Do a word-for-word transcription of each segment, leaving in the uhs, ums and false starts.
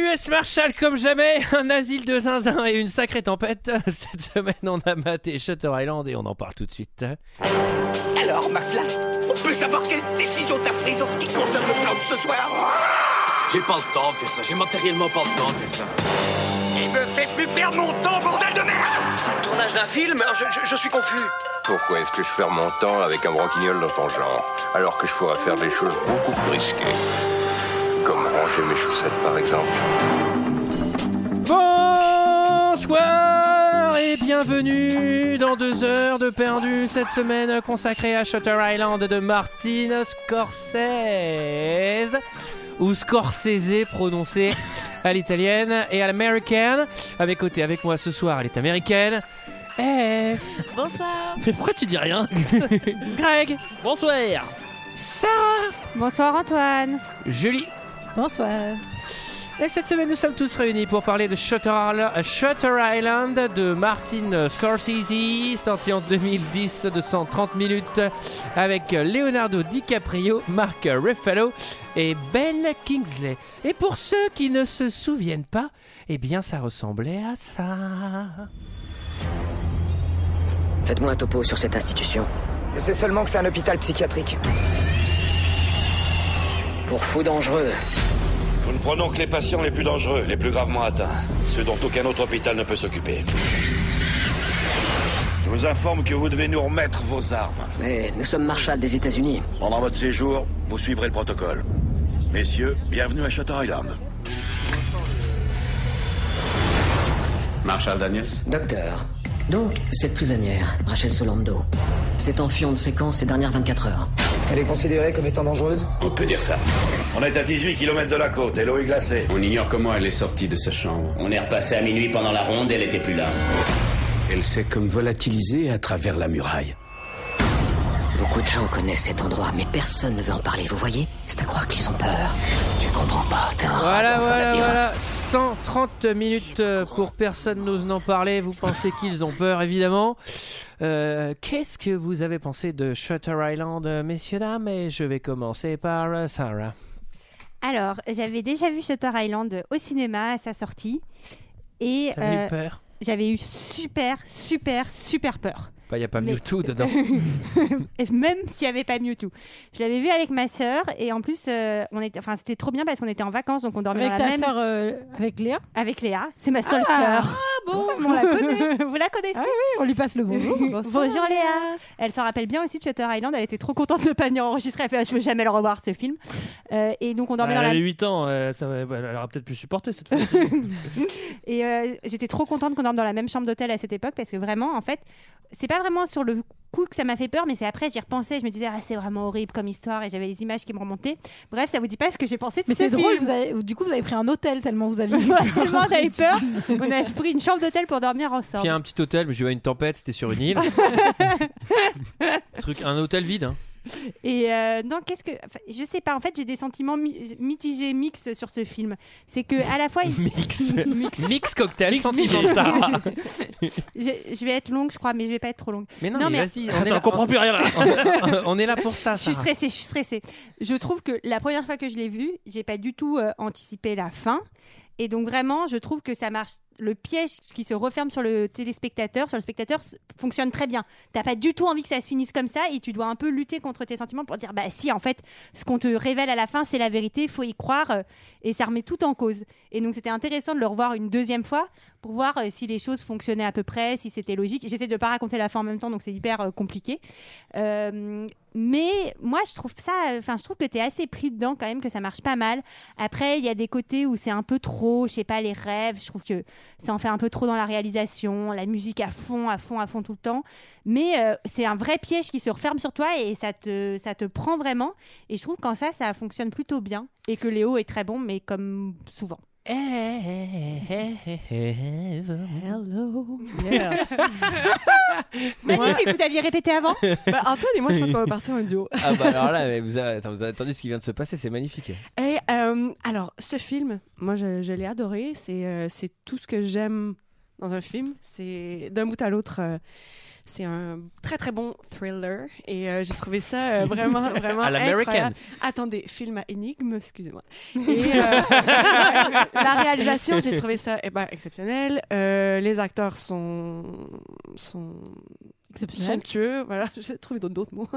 U S Marshall comme jamais, un asile de zinzin et une sacrée tempête. Cette semaine, on a maté Shutter Island et on en parle tout de suite. Alors, McFly, on peut savoir quelle décision t'as prise en ce qui concerne le plan de ce soir? J'ai pas le temps de faire ça, j'ai matériellement pas le temps de faire ça. Il me fait plus perdre mon temps, bordel de merde! Tournage d'un film? je, je, je suis confus. Pourquoi est-ce que je perds mon temps avec un broquignol dans ton genre, alors que je pourrais faire des choses beaucoup plus risquées? Comme ranger mes chaussettes, par exemple. Bonsoir et bienvenue dans deux heures de perdu, cette semaine consacrée à Shutter Island de Martin Scorsese, ou Scorsese prononcé à l'italienne et à l'américaine. À mes côtés, avec moi ce soir, elle est américaine. Hey. Bonsoir. Mais pourquoi tu dis rien? Greg. Bonsoir. Sarah. Bonsoir Antoine. Julie. Bonsoir. Et cette semaine, nous sommes tous réunis pour parler de Shutter, Shutter Island de Martin Scorsese, sorti en deux mille dix de cent trente minutes, avec Leonardo DiCaprio, Mark Ruffalo et Ben Kingsley. Et pour ceux qui ne se souviennent pas, eh bien ça ressemblait à ça. Faites-moi un topo sur cette institution. C'est seulement que c'est un hôpital psychiatrique. Pour fous dangereux. Nous ne prenons que les patients les plus dangereux, les plus gravement atteints, ceux dont aucun autre hôpital ne peut s'occuper. Je vous informe que vous devez nous remettre vos armes. Mais nous sommes Marshall des États-Unis. Pendant votre séjour, vous suivrez le protocole. Messieurs, bienvenue à Shutter Island. Marshall Daniels. Docteur. Donc, cette prisonnière, Rachel Solando, s'est enfuie en de séquence ces dernières vingt-quatre heures. Elle est considérée comme étant dangereuse? On peut dire ça. On est à dix-huit kilomètres de la côte et l'eau est glacée. On ignore comment elle est sortie de sa chambre. On est repassé à minuit pendant la ronde et elle était plus là. Elle s'est comme volatilisée à travers la muraille. Beaucoup de gens connaissent cet endroit, mais personne ne veut en parler, vous voyez? C'est à croire qu'ils ont peur. Tu comprends pas, t'es un Voilà, rat dans un voilà, labyrinthe. voilà. cent trente minutes pour personne n'ose n'en parler. Vous pensez qu'ils ont peur, évidemment. Euh, qu'est-ce que vous avez pensé de Shutter Island, messieurs, dames? Et je vais commencer par euh, Sarah. Alors, j'avais déjà vu Shutter Island au cinéma à sa sortie. Et T'avais euh, eu peur? j'avais eu super, super, super peur. Il n'y a pas Mais- Mewtwo dedans. Et même s'il n'y avait pas Mewtwo. Je l'avais vu avec ma sœur et en plus, euh, on était, enfin, c'était trop bien parce qu'on était en vacances, donc on dormait Avec dans la ta même... sœur, euh, avec Léa. Avec Léa, c'est ma seule Ah. sœur. Ah bon, on la connaît. Vous la connaissez? Ah oui, on lui passe le bonjour. Bonjour Léa. Elle s'en rappelle bien aussi de Shutter Island. Elle était trop contente de pas venir enregistrer. Elle fait, je veux jamais le revoir ce film. Euh, et donc on dormait Elle dans la. avait huit ans, euh, ça, va- elle aura peut-être plus supporté cette fois-ci. Et euh, j'étais trop contente qu'on dorme dans la même chambre d'hôtel à cette époque parce que vraiment, en fait, c'est pas vraiment sur le coup que ça m'a fait peur, mais c'est après j'y repensais. Je me disais, ah, c'est vraiment horrible comme histoire et j'avais les images qui me remontaient. Bref, ça vous dit pas ce que j'ai pensé de Mais ce c'est film. drôle, vous avez, du coup, vous avez pris un hôtel tellement vous aviez. Ouais, tellement on avait peur. On a pris une chambre d'hôtel pour dormir ensemble. Puis un petit hôtel, mais j'ai eu une tempête, c'était sur une île. Truc, un hôtel vide. Hein. Et euh, non, qu'est-ce que. Enfin, je sais pas, en fait, j'ai des sentiments mi- mitigés, mix sur ce film. C'est que à la fois. il- Mix. Mix. Mix cocktail, Mix. sentiment, Sarah. je, je vais être longue, je crois, mais je vais pas être trop longue. Mais non, Non, mais, mais- vas-y. Attends, est là- on comprend plus rien là. on est là pour ça, Je suis Sarah. stressée, je suis stressée. Je trouve que la première fois que je l'ai vu, j'ai pas du tout euh, anticipé la fin. Et donc vraiment, je trouve que ça marche. Le piège qui se referme sur le téléspectateur, sur le spectateur, s- fonctionne très bien. T'as pas du tout envie que ça se finisse comme ça et tu dois un peu lutter contre tes sentiments pour dire bah si en fait ce qu'on te révèle à la fin c'est la vérité, faut y croire euh, et ça remet tout en cause. Et donc c'était intéressant de le revoir une deuxième fois pour voir euh, si les choses fonctionnaient à peu près, si c'était logique. J'essaie de pas raconter la fin en même temps donc c'est hyper euh, compliqué. Euh, mais moi je trouve ça, enfin je trouve que t'es assez pris dedans quand même, que ça marche pas mal. Après il y a des côtés où c'est un peu trop, je sais pas, les rêves, je trouve que ça en fait un peu trop dans la réalisation, la musique à fond, à fond, à fond tout le temps. Mais euh, c'est un vrai piège qui se referme sur toi et ça te, ça te prend vraiment. Et je trouve qu'en ça, ça fonctionne plutôt bien. Et que Léo est très bon, mais comme souvent. Hello. Yeah. Magnifique, vous aviez répété avant? Bah, Antoine et moi, je pense qu'on va partir en duo. Ah bah alors là, mais vous avez, attends, vous avez entendu ce qui vient de se passer, c'est magnifique. Et euh, alors, ce film, moi, je, je l'ai adoré. C'est, euh, c'est tout ce que j'aime dans un film. C'est d'un bout à l'autre. euh, C'est un très très bon thriller et euh, j'ai trouvé ça euh, vraiment vraiment À l'américaine. incroyable. Attendez, film à énigme, excusez-moi. Et euh, la réalisation, j'ai trouvé ça eh ben, exceptionnel. Euh, les acteurs sont sont somptueux, voilà, j'ai trouvé d'autres, d'autres mots.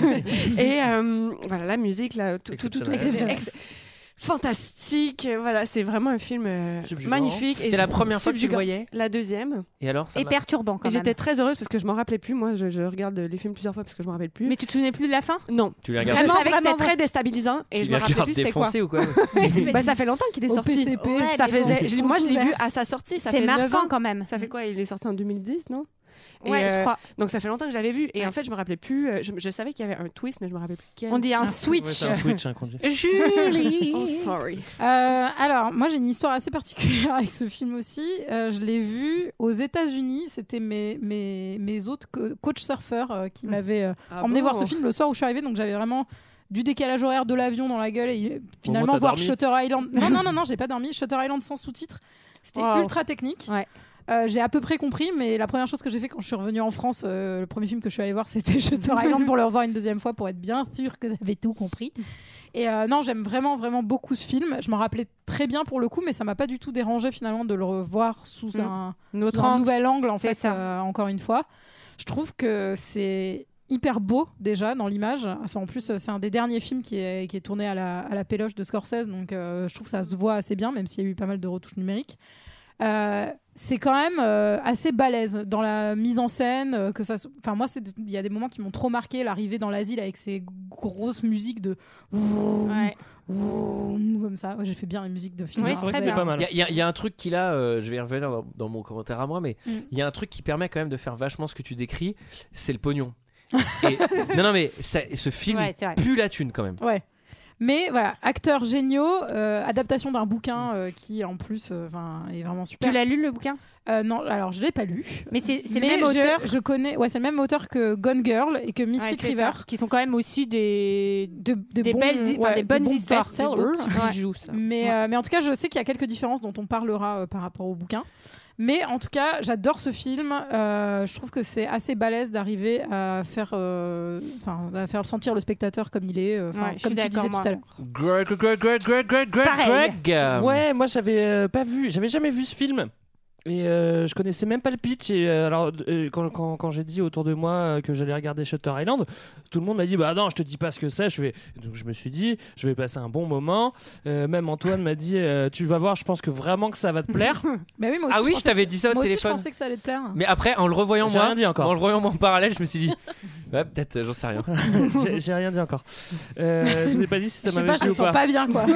Et euh, voilà, la musique, là, tout, tout, tout, tout ex- fantastique. Voilà, c'est vraiment un film euh, magnifique. C'était et la je- première fois que tu le subjugant. voyais ? La deuxième. Et alors, ça Et m'a- perturbant quand Et même. j'étais très heureuse parce que je m'en rappelais plus. Moi, je, je regarde les films plusieurs fois parce que je m'en rappelle plus. Mais tu te souvenais plus de la fin ? Non. Tu les Je regardes, savais que vraiment, c'était très déstabilisant et tu je les me rappelais regardes plus c'était quoi. défoncés ou quoi ? Bah, ça fait longtemps qu'il est Au sorti. P C P. Ouais, Ça mais faisait, bon. je- moi, je l'ai vu à sa sortie. Ça C'est fait neuf marquant ans. quand même. Ça fait quoi ? Il est sorti en deux mille dix, non ? Et, Ouais, je euh, crois. Donc ça fait longtemps que je l'avais vu et en fait je me rappelais plus. euh, Je, je savais qu'il y avait un twist mais je me rappelais plus quel. On dit un Ouais, switch. c'est un switch hein, qu'on dit. Julie. Oh sorry. Euh, alors, moi j'ai une histoire assez particulière avec ce film aussi. Euh, je l'ai vu aux États-Unis. C'était mes, mes, mes autres co- coach surfeurs euh, qui m'avaient euh, Ah emmené bon voir ce film le soir où je suis arrivée. Donc j'avais vraiment du décalage horaire de l'avion dans la gueule et euh, finalement t'as voir dormi. Shutter Island. Non, non, non, non, j'ai pas dormi. Shutter Island sans sous-titres. C'était Wow. ultra technique. Ouais. Euh, j'ai à peu près compris, mais la première chose que j'ai fait quand je suis revenue en France, euh, le premier film que je suis allée voir, c'était Shutter Island pour le revoir une deuxième fois pour être bien sûr que j'avais tout compris. Et euh, non, j'aime vraiment, vraiment beaucoup ce film. Je m'en rappelais très bien pour le coup, mais ça m'a pas du tout dérangé finalement de le revoir sous Mm. un, Notre sous un angle. nouvel angle, en C'est fait, ça. euh, encore une fois. Je trouve que c'est hyper beau déjà dans l'image. En plus, c'est un des derniers films qui est, qui est tourné à la, à la péloche de Scorsese, donc euh, je trouve que ça se voit assez bien, même s'il y a eu pas mal de retouches numériques. Euh, c'est quand même euh, assez balèze dans la mise en scène euh, que ça se- enfin moi c'est il y a des moments qui m'ont trop marqué, l'arrivée dans l'asile avec ces grosses musiques de Ouais. comme ça. Ouais, j'ai fait bien les musiques de film. Ouais, Alors, c'est très c'est- bien. pas mal. Il y, a- il y a- il y a un truc qui là, euh, je vais y revenir dans, dans mon commentaire à moi, mais il Mm. y a un truc qui permet quand même de faire vachement ce que tu décris, c'est le pognon. Et- non, non, mais ça- ce film Ouais, il c'est vrai. pue la thune quand même. Ouais. Mais voilà, acteurs géniaux, euh, adaptation d'un bouquin euh, qui en plus euh, 'fin, est vraiment super. Tu l'as lu le bouquin ? Euh, Non, alors je l'ai pas lu. Mais c'est c'est le Mais même je- auteur. Je connais, ouais, c'est le même auteur que Gone Girl et que Ouais, Mystic c'est River. ça. Qui sont quand même aussi des De, de des bons- belles, hi- enfin, ouais, des de bonnes bons histoires, best-sellers. des beaux Ouais. Bijoux, ça. Mais, euh, mais en tout cas, je sais qu'il y a quelques différences dont on parlera euh, par rapport au bouquin. Mais en tout cas, j'adore ce film. Euh, je trouve que c'est assez balèze d'arriver à faire, euh, enfin, à faire sentir le spectateur comme il est, euh, 'fin, Ouais, je comme suis tu d'accord, disais moi. tout à l'heure. Greg, Greg, Greg, Greg, Greg, Greg, Pareil. Greg. Ouais, moi j'avais euh, pas vu, j'avais jamais vu ce film. Et euh, je connaissais même pas le pitch. Et euh, alors, euh, quand, quand, quand j'ai dit autour de moi euh, que j'allais regarder Shutter Island, tout le monde m'a dit bah non, je te dis pas ce que c'est. Je vais, donc je me suis dit, je vais passer un bon moment. Euh, même Antoine m'a dit, euh, tu vas voir, je pense que vraiment que ça va te plaire. Mais oui, moi aussi, Ah oui, je pensais t'avais que- dit ça au moi aussi, téléphone. je pensais que ça allait te plaire. Mais après, en le revoyant J'ai moi, rien dit encore. en le revoyant moi en parallèle, je me suis dit, ouais, peut-être, euh, j'en sais rien. j'ai, j'ai rien dit encore. Euh, je vous ai pas dit si ça Je sais m'avait pas, je plu le ou sens pas. pas bien, quoi.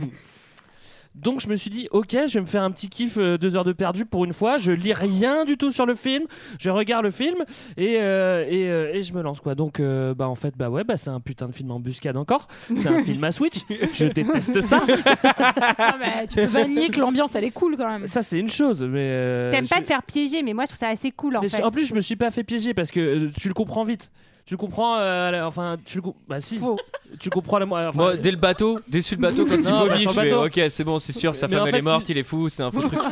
Donc je me suis dit ok, je vais me faire un petit kiff, euh, deux heures de perdu pour une fois. Je lis rien du tout sur le film, je regarde le film et euh, et, euh, et je me lance quoi. Donc euh, bah en fait bah ouais bah c'est un putain de film en embuscade encore. C'est un film à Switch. Je déteste ça. Non, mais tu peux pas nier que l'ambiance elle est cool quand même. Ça c'est une chose, mais euh, T'aimes pas je- te faire piéger, mais moi je trouve ça assez cool en mais fait. je- en plus je me suis pas fait piéger parce que euh, tu le comprends vite. Tu le comprends, euh, la- enfin, tu le, co- bah si, Faux. tu comprends la moi. Enfin, Moi, dès le bateau, déçu le bateau quand il Non, bah, vomit, sur je le fais bateau. ok, c'est bon, c'est sûr, sa Mais femme en elle fait, est morte, tu- il est fou, c'est un faux truc.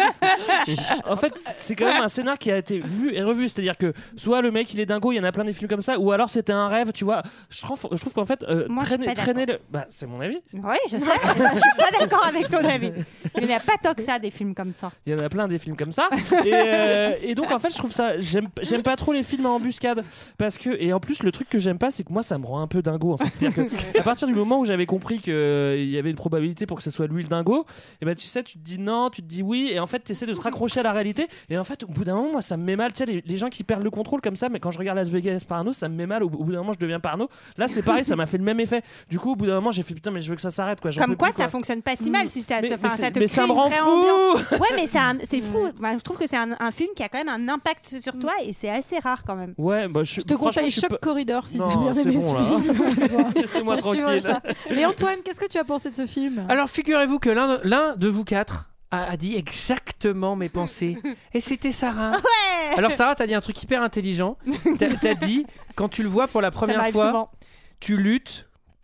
En fait, c'est quand même un scénar qui a été vu et revu. C'est-à-dire que soit le mec il est dingo, il y en a plein des films comme ça, ou alors c'était un rêve, tu vois. Je trouve, je trouve qu'en fait, euh, Moi, je suis traîner, pas traîner le. Bah, c'est mon avis. Oui, je sais. Je suis pas d'accord avec ton avis. Il n'y a pas tant que ça des films comme ça. Il y en a plein des films comme ça. Et, euh, et donc, en fait, je trouve ça. J'aime, j'aime pas trop les films à embuscade. Parce que. Et en plus, le truc que j'aime pas, c'est que moi, ça me rend un peu dingo. En fait. C'est-à-dire que, à partir du moment où j'avais compris qu'il y avait une probabilité pour que ce soit lui le dingo, et ben tu sais, tu te dis non, tu te dis oui, et en fait, tu essaies de te raccrocher à la réalité. Et en fait, au bout d'un moment, moi, ça me met mal. Tu sais, les, les gens qui perdent le contrôle comme ça, mais quand je regarde Las Vegas Parano, ça me met mal. Au, au bout d'un moment, je deviens parano. Là, c'est pareil, ça m'a fait le même effet. Du coup, au bout d'un moment, j'ai fait putain, mais je veux que ça s'arrête, quoi. J'en Comme peux quoi, plus, quoi. ça fonctionne pas si mal si ça te, Mais- enfin, mais ça c'est- te mais crée ça me une rend vraie fou. ambiance. Ouais, mais c'est, un- c'est fou. Bah, je trouve que c'est un, un film qui a quand même un impact sur toi et c'est assez rare quand même. Ouais, bah, je, Je te franchement, conseille je suis Choc pas- Corridor si Non, t'as bien c'est aimé bon, ce là. film. Laissez-moi On suivra tranquille. ça. Mais Antoine, qu'est-ce que tu as pensé de ce film? Alors figurez-vous que l'un, l'un de vous quatre a, a dit exactement mes pensées. Et c'était Sarah. Ouais. Alors Sarah, t'as dit un truc hyper intelligent. T'as, t'as dit, quand tu le vois pour la première m'arrive fois, souvent. tu luttes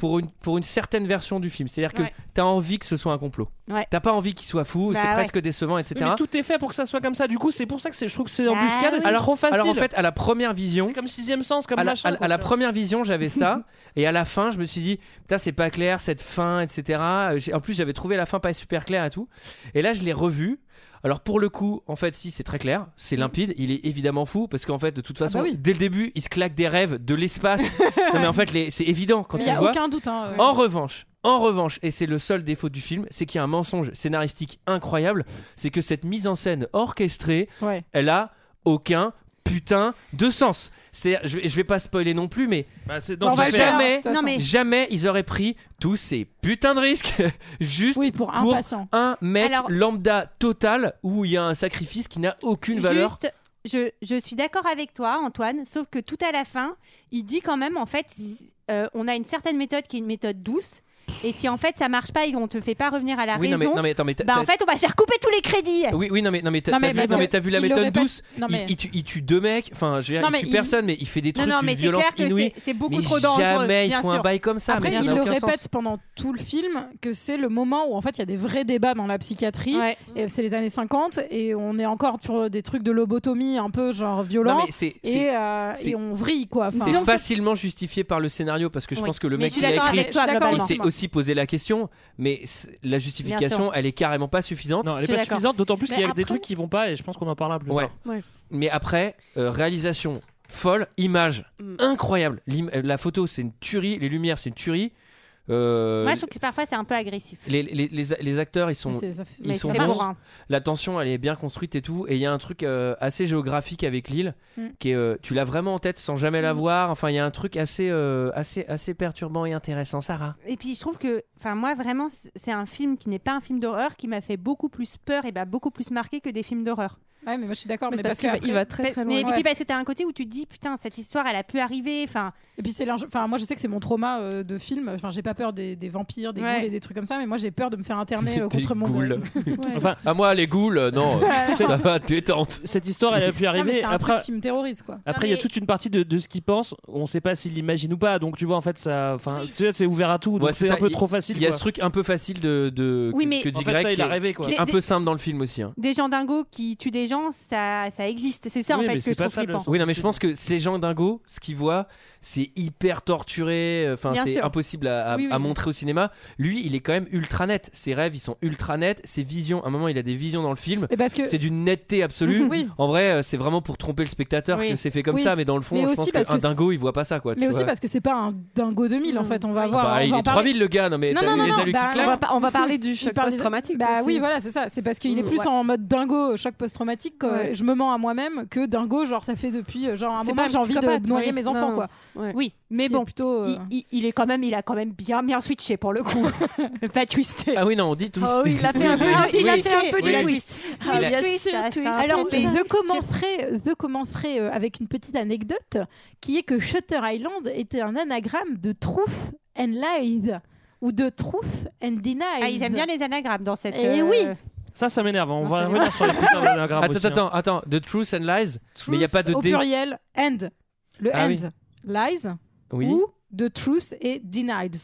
pour une, pour une certaine version du film. C'est-à-dire que Ouais. t'as envie que ce soit un complot. Ouais. T'as pas envie qu'il soit fou, Bah c'est ouais. presque décevant, et cetera. Oui, mais tout est fait pour que ça soit comme ça. Du coup, c'est pour ça que c'est, je trouve que c'est Ah embuscade et oui. c'est alors, trop facile. alors en fait, à la première vision, c'est comme Sixième Sens, comme à la, machin. à- quoi, à la tu vois. première vision, j'avais ça, et à la fin, je me suis dit, putain, c'est pas clair cette fin, et cetera. Euh, j'ai- En plus, j'avais trouvé la fin pas super claire et tout. Et là, je l'ai revu. Alors pour le coup, en fait, si c'est très clair, c'est limpide. Il est évidemment fou parce qu'en fait, de toute façon, bah oui. dès le début, il se claque des rêves de l'espace. Non mais en fait, les- c'est évident quand Il tu n'y le a vois. aucun doute. Hein, ouais. En revanche, en revanche, et c'est le seul défaut du film, c'est qu'il y a un mensonge scénaristique incroyable, c'est que cette mise en scène orchestrée, Ouais. elle a aucun putain de sens. C'est-à-dire, je, vais- je vais pas spoiler non plus, mais Bah, c'est On dans va ce le fait- faire. jamais, de toute Non, façon. mais- jamais ils auraient pris tous ces putains de risques juste Oui, pour un pour patient. un mec Alors- lambda total où il y a un sacrifice qui n'a aucune valeur. Juste, je, je suis d'accord avec toi, Antoine, sauf que tout à la fin, il dit quand même, en fait, si- euh, on a une certaine méthode qui est une méthode douce. Et si en fait ça marche pas et on te fait pas revenir à la Oui, non mais, raison, non mais attends, mais t'as- bah en t'as- fait on va se faire couper tous les crédits. oui, oui, non mais non mais t'as Non, t'as mais vu, parce non, que mais t'as vu la il le méthode répète- douce. non, il, mais- il tue, il tue deux mecs. Enfin, je veux dire, Non, il mais tue il- personne, mais il fait des Non, trucs non, d'une mais c'est violence clair que inouïe. c'est- c'est beaucoup mais trop dangereux. jamais ils bien font un sûr. bail comme ça. Après, mais ça il n'a le aucun répète sens. pendant tout le film que c'est le moment où en fait il y a des vrais débats dans la psychiatrie. Ouais. Et c'est les années cinquante et on est encore sur des trucs de lobotomie un peu genre violents. Non, mais c'est- c'est- et, euh, c'est- et on vrille quoi. Enfin, C'est disons que- facilement justifié par le scénario parce que je Oui. pense que le Mais mec je suis qui l'a d'accord écrit, avec toi, je suis d'accord il globalement. s'est aussi posé la question, mais c- la justification, elle est carrément pas suffisante. Non, elle Je est suis pas d'accord. suffisante, d'autant plus Mais qu'il y a des après- trucs qui vont pas et je pense qu'on en parlera plus Ouais. tard. Mais après, euh, réalisation folle, image Mm. incroyable. L'im- euh, la photo, c'est une tuerie, les lumières, c'est une tuerie. Euh, Moi je trouve que parfois c'est un peu agressif. les, les, les, les acteurs, ils sont, Mais c'est- ça fait- ils Mais sont c'est bons. pour un. La tension, elle est bien construite et tout. Et il y a un truc euh, assez géographique avec l'île, Mm. qui est, euh, tu l'as vraiment en tête sans jamais la Mm. voir. Enfin, il y a un truc assez, euh, assez, assez perturbant et intéressant, Sarah. Et puis je trouve que, enfin moi vraiment, c- c'est un film qui n'est pas un film d'horreur qui m'a fait beaucoup plus peur et bah, beaucoup plus marqué que des films d'horreur. Ouais, mais moi je suis d'accord. Mais Mais c'est parce parce qu'il va- qu'après- il va très très Mais loin. et puis Ouais. parce que t'as un côté où tu te dis putain cette histoire elle a pu arriver. Enfin Et puis c'est l'inj- enfin moi je sais que c'est mon trauma euh, de film. Enfin j'ai pas peur des, des vampires, des Ouais. ghouls et des trucs comme ça, mais moi j'ai peur de me faire interner euh, Des contre mon. ghouls. Enfin, À moi, les ghouls, euh, non, euh, ça va, détente. cette histoire, elle a pu Non, mais arriver. c'est un Après, truc qui me terrorise quoi. après il y a mais- toute une partie de, de ce qu'il pense. On sait pas s'il l'imagine ou pas. Donc tu vois, en fait, ça, enfin, tu vois, c'est ouvert à tout. Donc Ouais, c'est c'est un ça, peu il- trop facile. Il y a quoi. ce truc un peu facile de, de Oui, que- mais- que dit En fait, Greg, ça, il qui a est rêvé quoi. Des- un peu simple dans le film aussi. hein. des gens dingos qui tuent des gens, ça, ça existe. C'est ça Oui, en mais fait c'est que je pas trouve ça, le flippant. sens. Oui, non, mais je pense que ces gens dingos, ce qu'ils voient, c'est hyper torturé. Enfin, Bien c'est sûr. impossible à, à- Oui, oui. à montrer au cinéma. Lui, il est quand même ultra net. Ses rêves, ils sont ultra nets. Ses visions, à un moment, il a des visions dans le film. Et parce que C'est d'une netteté absolue. Oui. En vrai, euh, c'est vraiment pour tromper le spectateur Oui. que c'est fait comme Oui. ça. Mais dans le fond, Mais je aussi pense parce qu'un que dingo, il voit pas ça, quoi. mais tu aussi vois. parce que c'est pas un dingo deux mille en fait. On va voir. Bah, on il va en est parler- trois mille le gars. Non, mais Non, t'as non, vu non, les non, alus bah, qui on claquent. On va, pa- on va parler du Il choc parle des- post-traumatique. Bah aussi. oui, voilà, c'est ça. C'est parce qu'il est Mm. plus Ouais. en mode dingo, choc post-traumatique. que Ouais. Je me mens à moi-même que dingo, genre ça fait depuis euh, genre un C'est moment pas que j'ai un envie de psychopathe, noyer oui. mes enfants, Non. quoi. Ouais. Oui, mais Ce qui est bon, plutôt. euh, il, il- il est quand même, il a quand même bien bien switché pour le coup, pas twisté. Ah oui, non, on dit tout. Oh oui, il a fait un peu, Ah, il a oui. fait un peu Oui. de twist. Ah, Il a- twist, ah, ça, Alors, ça, je commencerai, je commencerai euh, avec une petite anecdote qui est que Shutter Island était un anagramme de Truth and Lies ou de Truth and Denies. Ah, ils aiment bien les anagrammes dans cette. Eh oui. Ça, ça m'énerve. On Non, va c'est revenir sur les putains d'anagrammes Attends, aussi, hein. attends, attends. The Truth and Lies. Mais il n'y a pas de au D. pluriel and le Ah and oui. lies Oui. ou de truth et denied.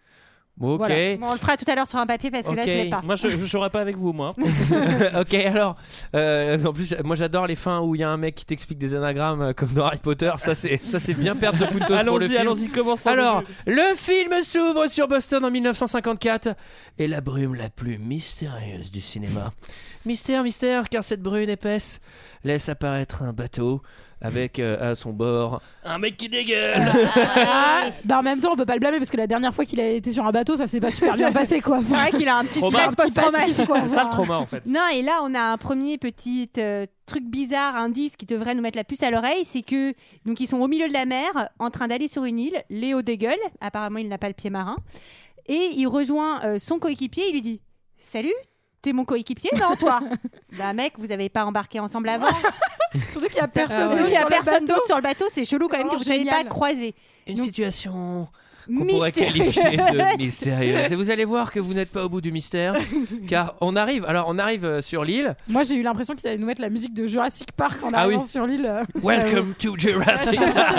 Ok. Voilà. Bon, on le fera tout à l'heure sur un papier parce que là Ok. je l'ai pas. Moi, je ne serais pas avec vous, moi. Ok, alors, euh, en plus, moi j'adore les fins où il y a un mec qui t'explique des anagrammes euh, comme dans Harry Potter. Ça, c'est, ça, c'est bien perdre de puntos pour le Allons-y, film. allons-y, commençons. Alors, le film s'ouvre sur Boston en dix-neuf cent cinquante-quatre et la brume la plus mystérieuse du cinéma. Mystère, mystère, car cette brune épaisse laisse apparaître un bateau avec euh, à son bord un mec qui dégueule. Ah, bah en même temps, on peut pas le blâmer parce que la dernière fois qu'il a été sur un bateau, ça s'est pas super bien passé, quoi. C'est vrai qu'il a un petit Trauma. stress Un petit post-traumatique. passif, quoi. C'est ça le trauma, en fait. Non, et là, on a un premier petit euh, truc bizarre, indice qui devrait nous mettre la puce à l'oreille, c'est que donc ils sont au milieu de la mer, en train d'aller sur une île. Léo dégueule, apparemment il n'a pas le pied marin, et il rejoint euh, son coéquipier. Il lui dit "Salut, t'es mon coéquipier, non toi Bah mec, vous avez pas embarqué ensemble avant. Surtout qu'il y a personne, Euh, d'autre il y a sur le personne bateau. d'autre sur le bateau. C'est chelou quand même Oh, que vous n'ayez génial. pas croisé. une Donc- situation qu'on pourrait Mystérieux. qualifier de mystérieuse. Et vous allez voir que vous n'êtes pas au bout du mystère, car on arrive. Alors, on arrive euh, sur l'île. Moi, j'ai eu l'impression qu'ils allaient nous mettre la musique de Jurassic Park en Ah arrivant oui. sur l'île. Welcome to Jurassic Park.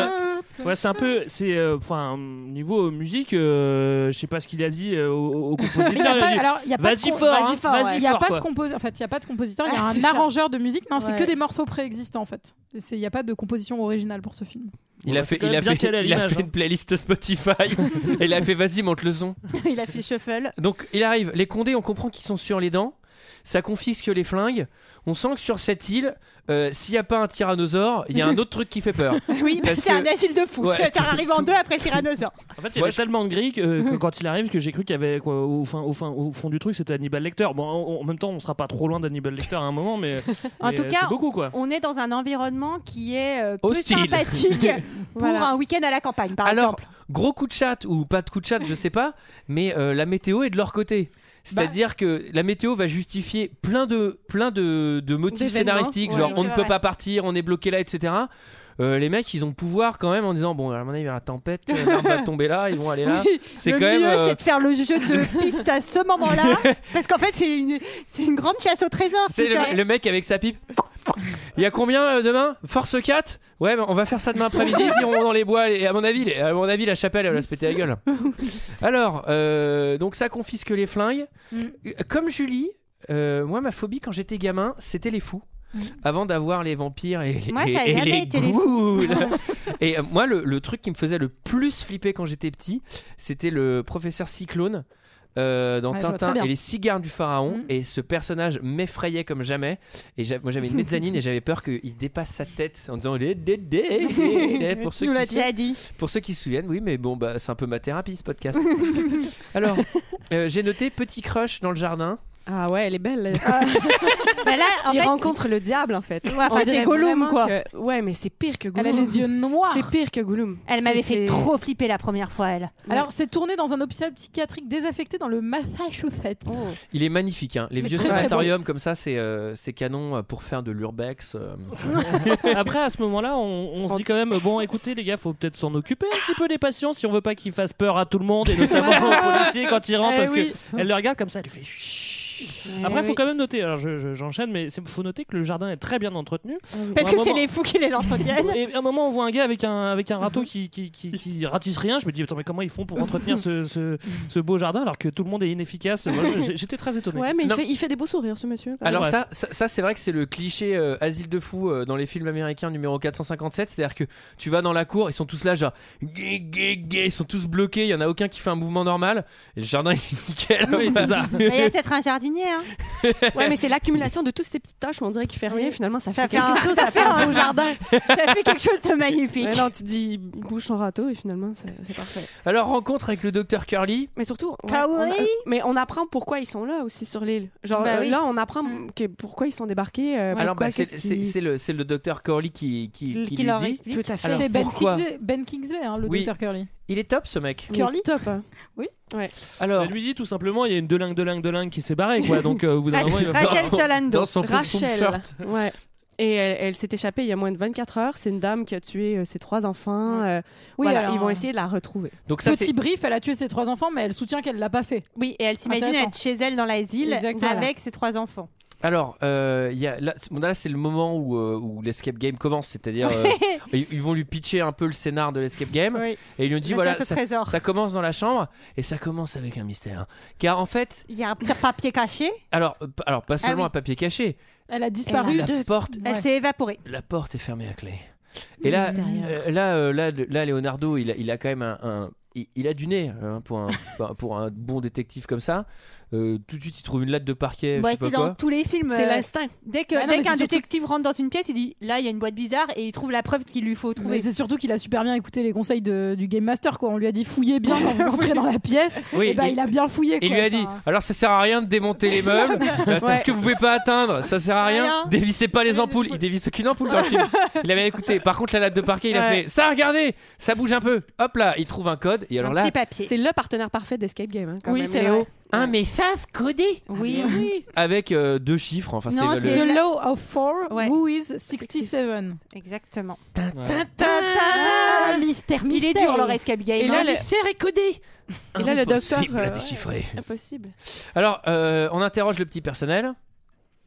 Ouais, c'est un peu, c'est, enfin, euh, niveau musique, euh, je sais pas ce qu'il a dit euh, au, au compositeur. Mais y a il a pas, dit, alors, y a pas vas-y de fort, vas-y hein, fort, vas-y ouais. Il y a fort, pas quoi. de compositeur. En fait, il y a pas de compositeur. Il y a Ah, un c'est ça. arrangeur de musique. Non, c'est Ouais. que des morceaux préexistants en fait. Il y a pas de composition originale pour ce film. Il Ouais, a c'est fait, quand il a même bien fait, calé à il a l'image, fait hein. une playlist Spotify et il a fait vas-y monte le son. Il a fait shuffle. Donc il arrive, les Condés, on comprend qu'ils sont sur les dents, ça confisque les flingues. On sent que sur cette île, euh, s'il n'y a pas un tyrannosaure, il y a un autre truc qui fait peur. Oui, Parce c'est que- un asile de fous. Ouais. Ça arrive en deux après le tyrannosaure. En fait, il y avait tellement de gris que, que quand il arrive, que j'ai cru qu'il y avait quoi, au, fin, au, fin, au fond du truc, c'était Hannibal Lecter. Bon, en, en même temps, on sera pas trop loin d'Hannibal Lecter à un moment, mais, En mais, tout euh, cas, c'est beaucoup quoi. on est dans un environnement qui est euh, plus Hostile. sympathique pour Voilà. un week-end à la campagne, par Alors, exemple. gros coup de chat ou pas de coup de chat, je sais pas, mais euh, la météo est de leur côté. C'est-à-dire que la météo va justifier plein de, plein de, de motifs D'événements, scénaristiques, ouais, genre c'est on ne peut vrai. pas partir, on est bloqué là, et cetera. Euh, les mecs, ils ont le pouvoir quand même en disant bon, à mon avis, il y a la tempête, euh, l'arbre va tomber là, ils vont aller là. Oui, C'est le quand même. mieux, euh, c'est de faire le jeu de piste à ce moment-là, parce qu'en fait, c'est une, c'est une grande chasse au trésor. C'est tout ça. le, le mec avec sa pipe. Il y a combien euh, demain? Force quatre? Ouais, bah, on va faire ça demain après-midi. Ils iront dans les bois. Et à mon avis, les- à mon avis la chapelle, elle va se péter la gueule. Alors, euh, donc ça confisque les flingues. Mm. Euh, Comme Julie, euh, moi, ma phobie quand j'étais gamin, c'était les fous. Mm. Avant d'avoir les vampires et, Moi, et- ça a et jamais les été les ghouls. Et euh, moi, le, le truc qui me faisait le plus flipper quand j'étais petit, c'était le professeur Cyclone. euh, dans Ouais, je vois Tintin très bien. et les cigares du pharaon, Mm. et ce personnage m'effrayait comme jamais. Et j'a- moi j'avais une mezzanine et j'avais peur qu'il dépasse sa tête en disant Dé, dé, dé, dé, dé pour ceux Tu nous l'as qui se- déjà dit. pour ceux qui se souviennent, oui, mais bon, bah, c'est un peu ma thérapie ce podcast. Alors, euh, j'ai noté petit crush dans le jardin. Ah ouais, elle est belle. elle. Bah là, en Il fait, rencontre le diable en fait. Ouais, enfin, On c'est dirait Gollum, vraiment quoi. que- Ouais, mais c'est pire que Elle Gollum. a les yeux noirs. C'est pire que Gollum. elle m'avait C'est- fait c'est- trop flipper la première fois, elle. Alors, c'est tourné dans un hôpital psychiatrique désaffecté dans le Massachusetts. Il est magnifique, hein. Les C'est vieux très, très sanatoriums comme ça, c'est euh, c'est canon euh, pour faire de l'urbex. euh. Après, à ce moment-là, on, on se dit quand même bon, écoutez, les gars, faut peut-être s'en occuper un petit peu des patients si on veut pas qu'ils fassent peur à tout le monde et notamment aux policiers quand ils rentrent Eh parce oui. que elle le regarde comme ça, elle lui fait chut. Eh Après, il faut oui. quand même noter, alors je- je- j'enchaîne, mais il faut noter que le jardin est très bien entretenu. Parce À que un c'est moment- les fous qui les entretiennent. Et à un moment, on voit un gars avec un, avec un râteau qui, qui, qui, qui ratisse rien. Je me dis, attends, mais comment ils font pour entretenir ce, ce, ce beau jardin alors que tout le monde est inefficace? Moi, j'ai- J'étais très étonné. Ouais, mais il Non. fait, il fait des beaux sourires, ce monsieur. quand Alors Ouais. ça, ça, ça, c'est vrai que c'est le cliché euh, asile de fous euh, dans les films américains numéro quatre cent cinquante-sept. C'est-à-dire que tu vas dans la cour, ils sont tous là genre gay, gay, gay, ils sont tous bloqués, il y en a aucun qui fait un mouvement normal. Et le jardin il est nickel. Oui, c'est ça. Mais il y a peut-être un jardinier. Hein. même. Ouais, mais c'est l'accumulation de toutes ces petites tâches où on dirait qu'il fait rien. Oui. Finalement, ça fait Ça fait quelque un- chose. ça Ça fait fait un un- beau jardin. Ça fait quelque chose de magnifique. Ouais, non, tu te dis, il bouge son râteau et finalement, c'est c'est parfait. Alors rencontre avec le docteur Curly. Mais surtout, ouais, Kawaii. on a- mais on apprend pourquoi ils sont là aussi sur l'île. Genre Bah euh, oui. là, on apprend Mm. que pourquoi ils sont débarqués. euh, Alors pourquoi, bah, c'est qu'est-ce c'est- qui- c'est le, c'est le docteur Curly qui, qui, Qui qui lui leur dit. explique. Tout à fait. Alors, C'est ben pourquoi Kingsley, Ben Kingsley, hein, le Oui. docteur Curly. Il est top ce mec. Il est Curly top. hein. Alors, Elle lui dit tout simplement, il y a une delingue, delingue, delingue qui s'est barrée, quoi. Donc, euh, au bout d'un moment, il va Rachel falloir- Solando. dans son Rachel. shirt. Ouais. Et elle, elle s'est échappée il y a moins de vingt-quatre heures. C'est une dame qui a tué euh, ses trois enfants. Euh, Oui, voilà, alors, ils vont essayer de la retrouver. Donc ça Petit c'est brief, elle a tué ses trois enfants, mais elle soutient qu'elle l'a pas fait. Oui, et elle s'imagine Intéressant. être chez elle dans l'asile Exactement. avec ses trois enfants. alors euh, il y a là, bon, là c'est le moment où, euh, où l'escape game commence, c'est-à-dire euh, ils, ils vont lui pitcher un peu le scénar de l'escape game Oui. et ils lui dit La voilà chasse au ça, trésor. ça commence dans la chambre et ça commence avec un mystère. Car en fait, Il y a un petit papier caché. alors euh, p- alors pas seulement oui. un papier caché, Elle a disparu. la de- porte Elle Ouais. s'est évaporée. la porte est fermée à clé. Et là, L'extérieur. euh, là, euh, là, de- là, Leonardo, il a, il a quand même un, un- il, il a du nez hein, pour, un, pour un bon détective comme ça. Euh, tout de suite, il trouve une latte de parquet. Bah, je sais c'est pas dans quoi. tous les films. C'est euh, l'instinct. Dès que Bah non, dès mais qu'un c'est surtout- détective rentre dans une pièce, il dit là il y a une boîte bizarre et il trouve la preuve qu'il lui faut Mais trouver. c'est surtout qu'il a super bien écouté les conseils de- du Game Master, quoi. On lui a dit fouillez bien quand vous entrez dans la pièce. Oui, et bah, il- il a bien fouillé. Il quoi. lui a dit Enfin, alors ça sert à rien de démonter les meubles, euh, tout Ouais. ce que vous pouvez pas atteindre, ça sert à rien. Rien. Dévissez pas les ampoules. Il dévisse aucune ampoule dans le film. Il a bien écouté. Par contre, la latte de parquet, il a Ouais. fait ça. Regardez, ça bouge un peu. Hop là, il trouve un code et alors un là, petit papier. C'est le partenaire parfait d'Escape Game. Hein, quand Oui, même, c'est Léo. vrai. un message codé Oui. Oui. avec euh, deux chiffres. Enfin, Non, c'est c'est le- The Law of Four, Ouais. who is sixty-seven. Exactement. Ouais. Ah, mystère, Il est mystère. dur leur escape game. Et là, hein. le- faire est codé. Et là, le docteur. Impossible à euh, déchiffrer. Impossible. Alors, euh, on interroge le petit personnel.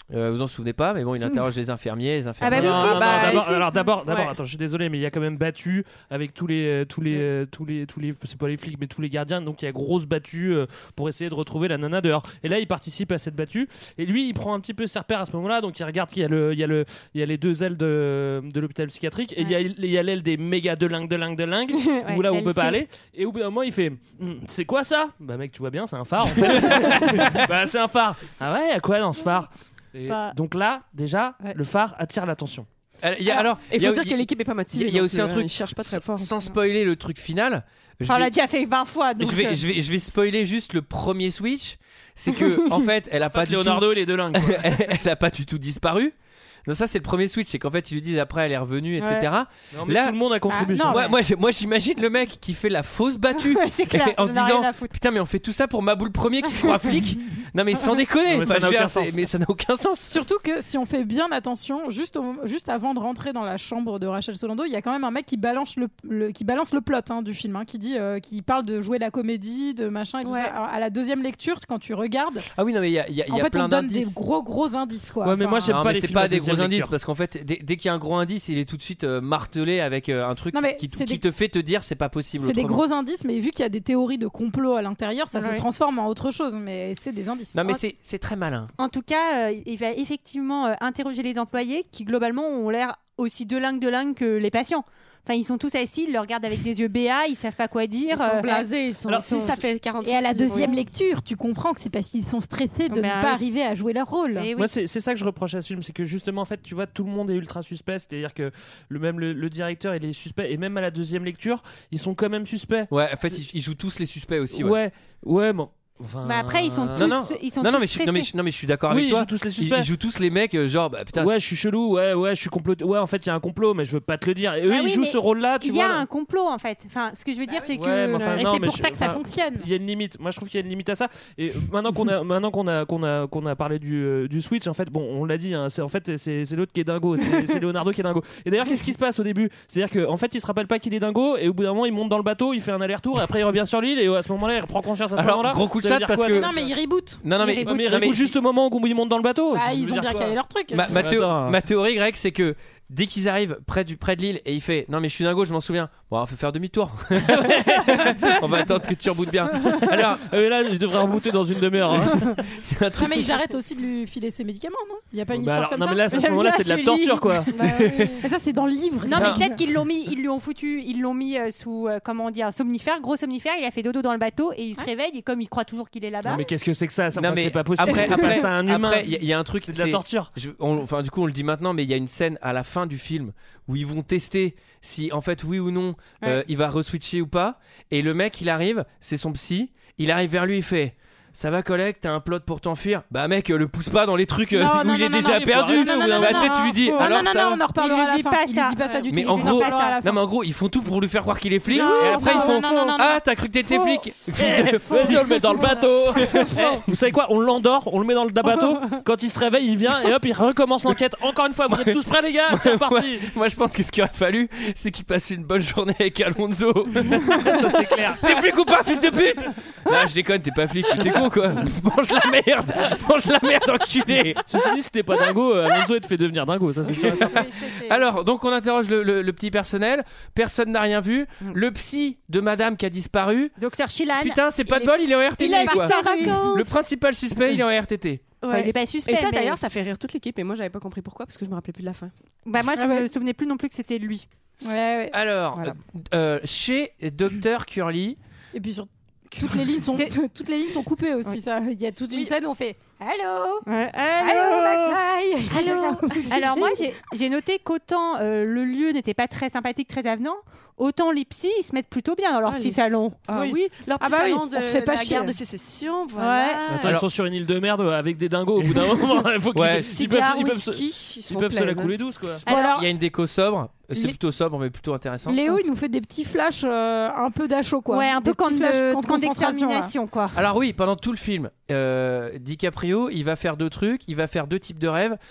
Euh, vous en souvenez pas, mais bon, il interroge les infirmiers, les infirmiers. Ah bah, Non, oui, non, bah, non, d'abord, si. alors d'abord, d'abord, Ouais. attends, je suis désolé, mais il y a quand même battu avec tous les, tous les, tous les, tous les, c'est pas les flics, mais tous les gardiens. Donc il y a grosse battue euh, pour essayer de retrouver la nana dehors. Et là, il participe à cette battue. Et lui, il prend un petit peu ses repères à ce moment-là. Donc il regarde qu'il y a le, il y a le, il y a les deux ailes de, de l'hôpital psychiatrique. Et il y a, il y a l'aile des méga delingues, delingues, delingues, Ouais, où là où on elle peut pas sait. aller. Et au bout d'un moment, il fait, Hm, c'est quoi ça? Bah mec, tu vois bien, c'est un phare en fait. Bah c'est un phare. Ah ouais, y a quoi dans ce phare? Et Bah. donc là, déjà, Ouais. le phare attire l'attention. Euh, il y a, alors, Il il y a- faut dire il y que a- l'équipe est pas motivée. il y a non aussi plus, un hein, truc, Ils cherchent pas très fort. sans spoiler le truc final. Je Enfin, on vais- l'a déjà fait vingt fois. Donc Je vais, euh, je, vais, je vais spoiler juste le premier switch. C'est que, en fait, elle a pas du Leonardo, il est de lingue. tout, elle, elle a pas du tout disparu. Non, ça c'est le premier switch. C'est qu'en fait, ils lui disent après, elle est revenue, et cetera. Non, mais Là- tout le monde a contribution. Ah, non, Moi, mais- moi, j'ai- moi, j'imagine le mec qui fait la fausse battue Ouais, c'est clair, en se on a rien disant à foutre. putain, mais on fait tout ça pour Maboule premier qui se croit flic. Non, mais sans déconner. Non, mais ça Enfin, n'a je veux aucun dire, c'est- sens. mais ça n'a aucun sens. Surtout que si on fait bien attention, juste, au- juste avant de rentrer dans la chambre de Rachel Solando, il y a quand même un mec qui balance le, le- qui balance le plot hein, du film, hein, qui dit, euh, qui parle de jouer la comédie, de machin et tout Ouais. ça. Alors, à la deuxième lecture, quand tu regardes, Ah oui, non, mais il y a, il y a- il en y a fait, plein on donne des d'indices. gros gros indices quoi. Ouais, mais moi, Enfin, j'aime Non, pas mais les c'est films pas à des deuxième gros indices lecture. parce qu'en fait, dès, dès qu'il y a un gros indice, il est tout de suite euh, martelé avec euh, un truc Non, mais qui, c'est qui des- te fait te dire c'est pas possible. c'est des autrement. gros indices, mais vu qu'il y a des théories de complot à l'intérieur, ça Ouais. se transforme en autre chose. Mais c'est des indices. Non, mais c'est c'est très malin. En tout cas, euh, il va effectivement euh, interroger les employés qui, globalement, ont l'air aussi delingues delingues que les patients. Enfin, ils sont tous assis, ils le regardent avec des yeux béats, ils savent pas quoi dire. Ils sont euh, blasés, ils sont. Alors, si c'est- ça fait quarante Et à la minutes, deuxième oui. lecture, tu comprends que c'est parce qu'ils sont stressés de Bah ne pas oui. arriver à jouer leur rôle. eh oui. Moi, c'est c'est ça que je reproche à ce film, c'est que justement, en fait, tu vois, tout le monde est ultra suspect, c'est-à-dire que le même le, le directeur, il est suspect, et même à la deuxième lecture, ils sont quand même suspects. Ouais, en fait, ils, ils jouent tous les suspects aussi. Ouais. Ouais, ouais, bon. Enfin, Mais après, ils sont Non, tous, non, ils sont non, non, tous mais je, non, mais, stressés. je- non, mais je suis d'accord oui, avec ils toi. jouent tous les Ils, suspects. ils jouent tous les mecs, euh, genre, bah putain. Ouais, je suis chelou, ouais, ouais, je suis complot. Ouais, en fait, il y a un complot, mais je veux pas te le dire. Et eux, Ah ils oui, jouent mais ce rôle-là, tu Il y vois. a là. un complot en fait. Enfin, ce que je veux dire, c'est Ouais, que mais enfin, et non, c'est mais pour je- ça que ça enfin, fonctionne. Il y a une limite. Moi, je trouve qu'il y a une limite à ça. Et maintenant qu'on a, maintenant qu'on a, qu'on a, qu'on a parlé du, euh, du Switch, en fait, bon, on l'a dit. Hein, c'est en fait, c'est, c'est l'autre qui est dingo. C'est, c'est Leonardo qui est dingo. Et d'ailleurs, qu'est-ce qui se passe au début? C'est-à-dire qu'en fait, il se rappelle pas qu'il est dingo, et au bout d'un moment, il monte dans le bateau, il fait un aller-retour, et après, il revient sur l'île, et à ce moment-là, il reprend conscience à ce Alors, moment-là. gros coup de Ça veut chat dire parce quoi, que- toi Non, mais ils rebootent. Non, non, mais, Ils Ouais, mais il non, mais- reboot juste au moment où il monte dans le bateau. Bah, Ça ils veut ont dire bien quoi calé leur truc. Ma, ma, théo- Attends. ma théorie, Greg, c'est que dès qu'ils arrivent près, du, près de l'île et il fait non, mais je suis dingo, je m'en souviens. Bon, alors, faut faire demi-tour. On va attendre que tu rebootes bien. Alors, Euh, là, il devrait rebooter dans une demi-heure. hein. il y a un Non, truc mais qui- ils arrêtent aussi de lui filer ses médicaments, non? Il y a pas une Bah histoire alors, comme non, ça mais là, à ce moment-là, c'est de la Julie. torture, quoi. Bah, oui. Mais ça, c'est dans le livre. Non, mais Non. peut-être qu'ils l'ont mis, ils lui ont foutu, ils l'ont mis euh, sous, euh, comment on dit, un somnifère, gros somnifère. Il a fait dodo dans le bateau et il se réveille et comme il croit toujours qu'il est là-bas. Non, mais qu'est-ce que c'est que ça? Ça, Non, enfin, mais c'est pas possible. Après, C'est après, pas ça, un humain. après, il y, a- il y a un truc, C'est de la torture. je- on- enfin, du coup, on le dit maintenant, mais il y a une scène à la fin du film où ils vont tester si, en fait, oui ou non, euh, il va re-switcher ou pas. Et le mec, il arrive, c'est son psy, il arrive vers lui, il fait. Ça va, collègue, t'as un plot pour t'enfuir? Bah, mec, euh, le pousse pas dans les trucs euh, Non, où non, il est non, déjà non, perdu. il faut arrêter au bout d'un Bah, moment. tu sais, tu lui dis. Non, Non, alors, non, ça non, va. on en reparlera Il à lui la dit fin. pas Il ça. lui dit pas ça du tout. Mais Il en lui gros, en parlera à la non, fin. mais en gros, ils font tout pour lui faire croire qu'il est flic. Non, et après, non, ils font. non, non, non, Ah, t'as cru que t'étais Faux. flic? Eh, vas-y, on le met dans le bateau. Vous savez quoi? On l'endort, on le met dans le bateau. Quand il se réveille, il vient et hop, il recommence l'enquête. Encore une fois, vous êtes tous prêts, les gars? C'est reparti. Ouais, moi, je pense que ce qu'il aurait fallu, c'est qu'il passe une bonne journée avec Alonso. Ça, c'est clair. T'es flic ou pas, fils de pute? Là, je déconne, t'es pas flic, mais t'es con, quoi. Mange la merde, mange la merde, enculé. Ceci dit, si t'es pas dingo, euh, Alonso, il te fait devenir dingo. Ça, c'est sûr et certain. Alors, donc, on interroge le, le- le petit personnel. Personne n'a rien vu. Le psy de madame qui a disparu. Docteur Chilan. Putain, c'est pas il de bol, il est en R T T, il est quoi. parti en vacances. Le principal suspect, il est en R T T. Enfin, Ouais. il est pas suspect. Et ça, mais- d'ailleurs, ça fait rire toute l'équipe. Et moi, j'avais pas compris pourquoi, parce que je me rappelais plus de la fin. Bah, moi, je Ah ouais. me souvenais plus non plus que c'était lui. Ouais, ouais. Alors, Voilà. euh, euh, chez Docteur Curly. Et puis sur toutes les lignes sont toutes les lignes sont coupées aussi. Ça, il y a toute une Oui. scène où on fait Allô. Ouais. Allô, McFly. Allô. Alors moi, j'ai- j'ai noté qu'autant euh, le lieu n'était pas très sympathique, très avenant, autant les psys, ils se mettent plutôt bien dans leur Ah, petit les- salon. Ah Oui. oui, leur Ah petit bah oui, salon de on se fait pas la chier. guerre de sécession, voilà. Ouais. Attends, Alors- ils sont sur une île de merde euh, avec des dingos au bout d'un moment. Il faut qu'ils Ouais. ils peuvent, Cigare, ils peuvent se, whisky, ils, ils se peuvent font se la plaisir. couler douce, quoi. Bon, alors, Il y a une déco sobre. C'est Les- plutôt sobre, mais plutôt intéressant. Léo, il nous fait des petits flashs euh, un peu d'assaut, quoi. Ouais, un peu Des petits comme flashs de camp de camp concentration, là. d'extermination, quoi. Alors oui, pendant tout le film, euh, DiCaprio, il va faire deux trucs. Il va faire deux types de rêves. Euh,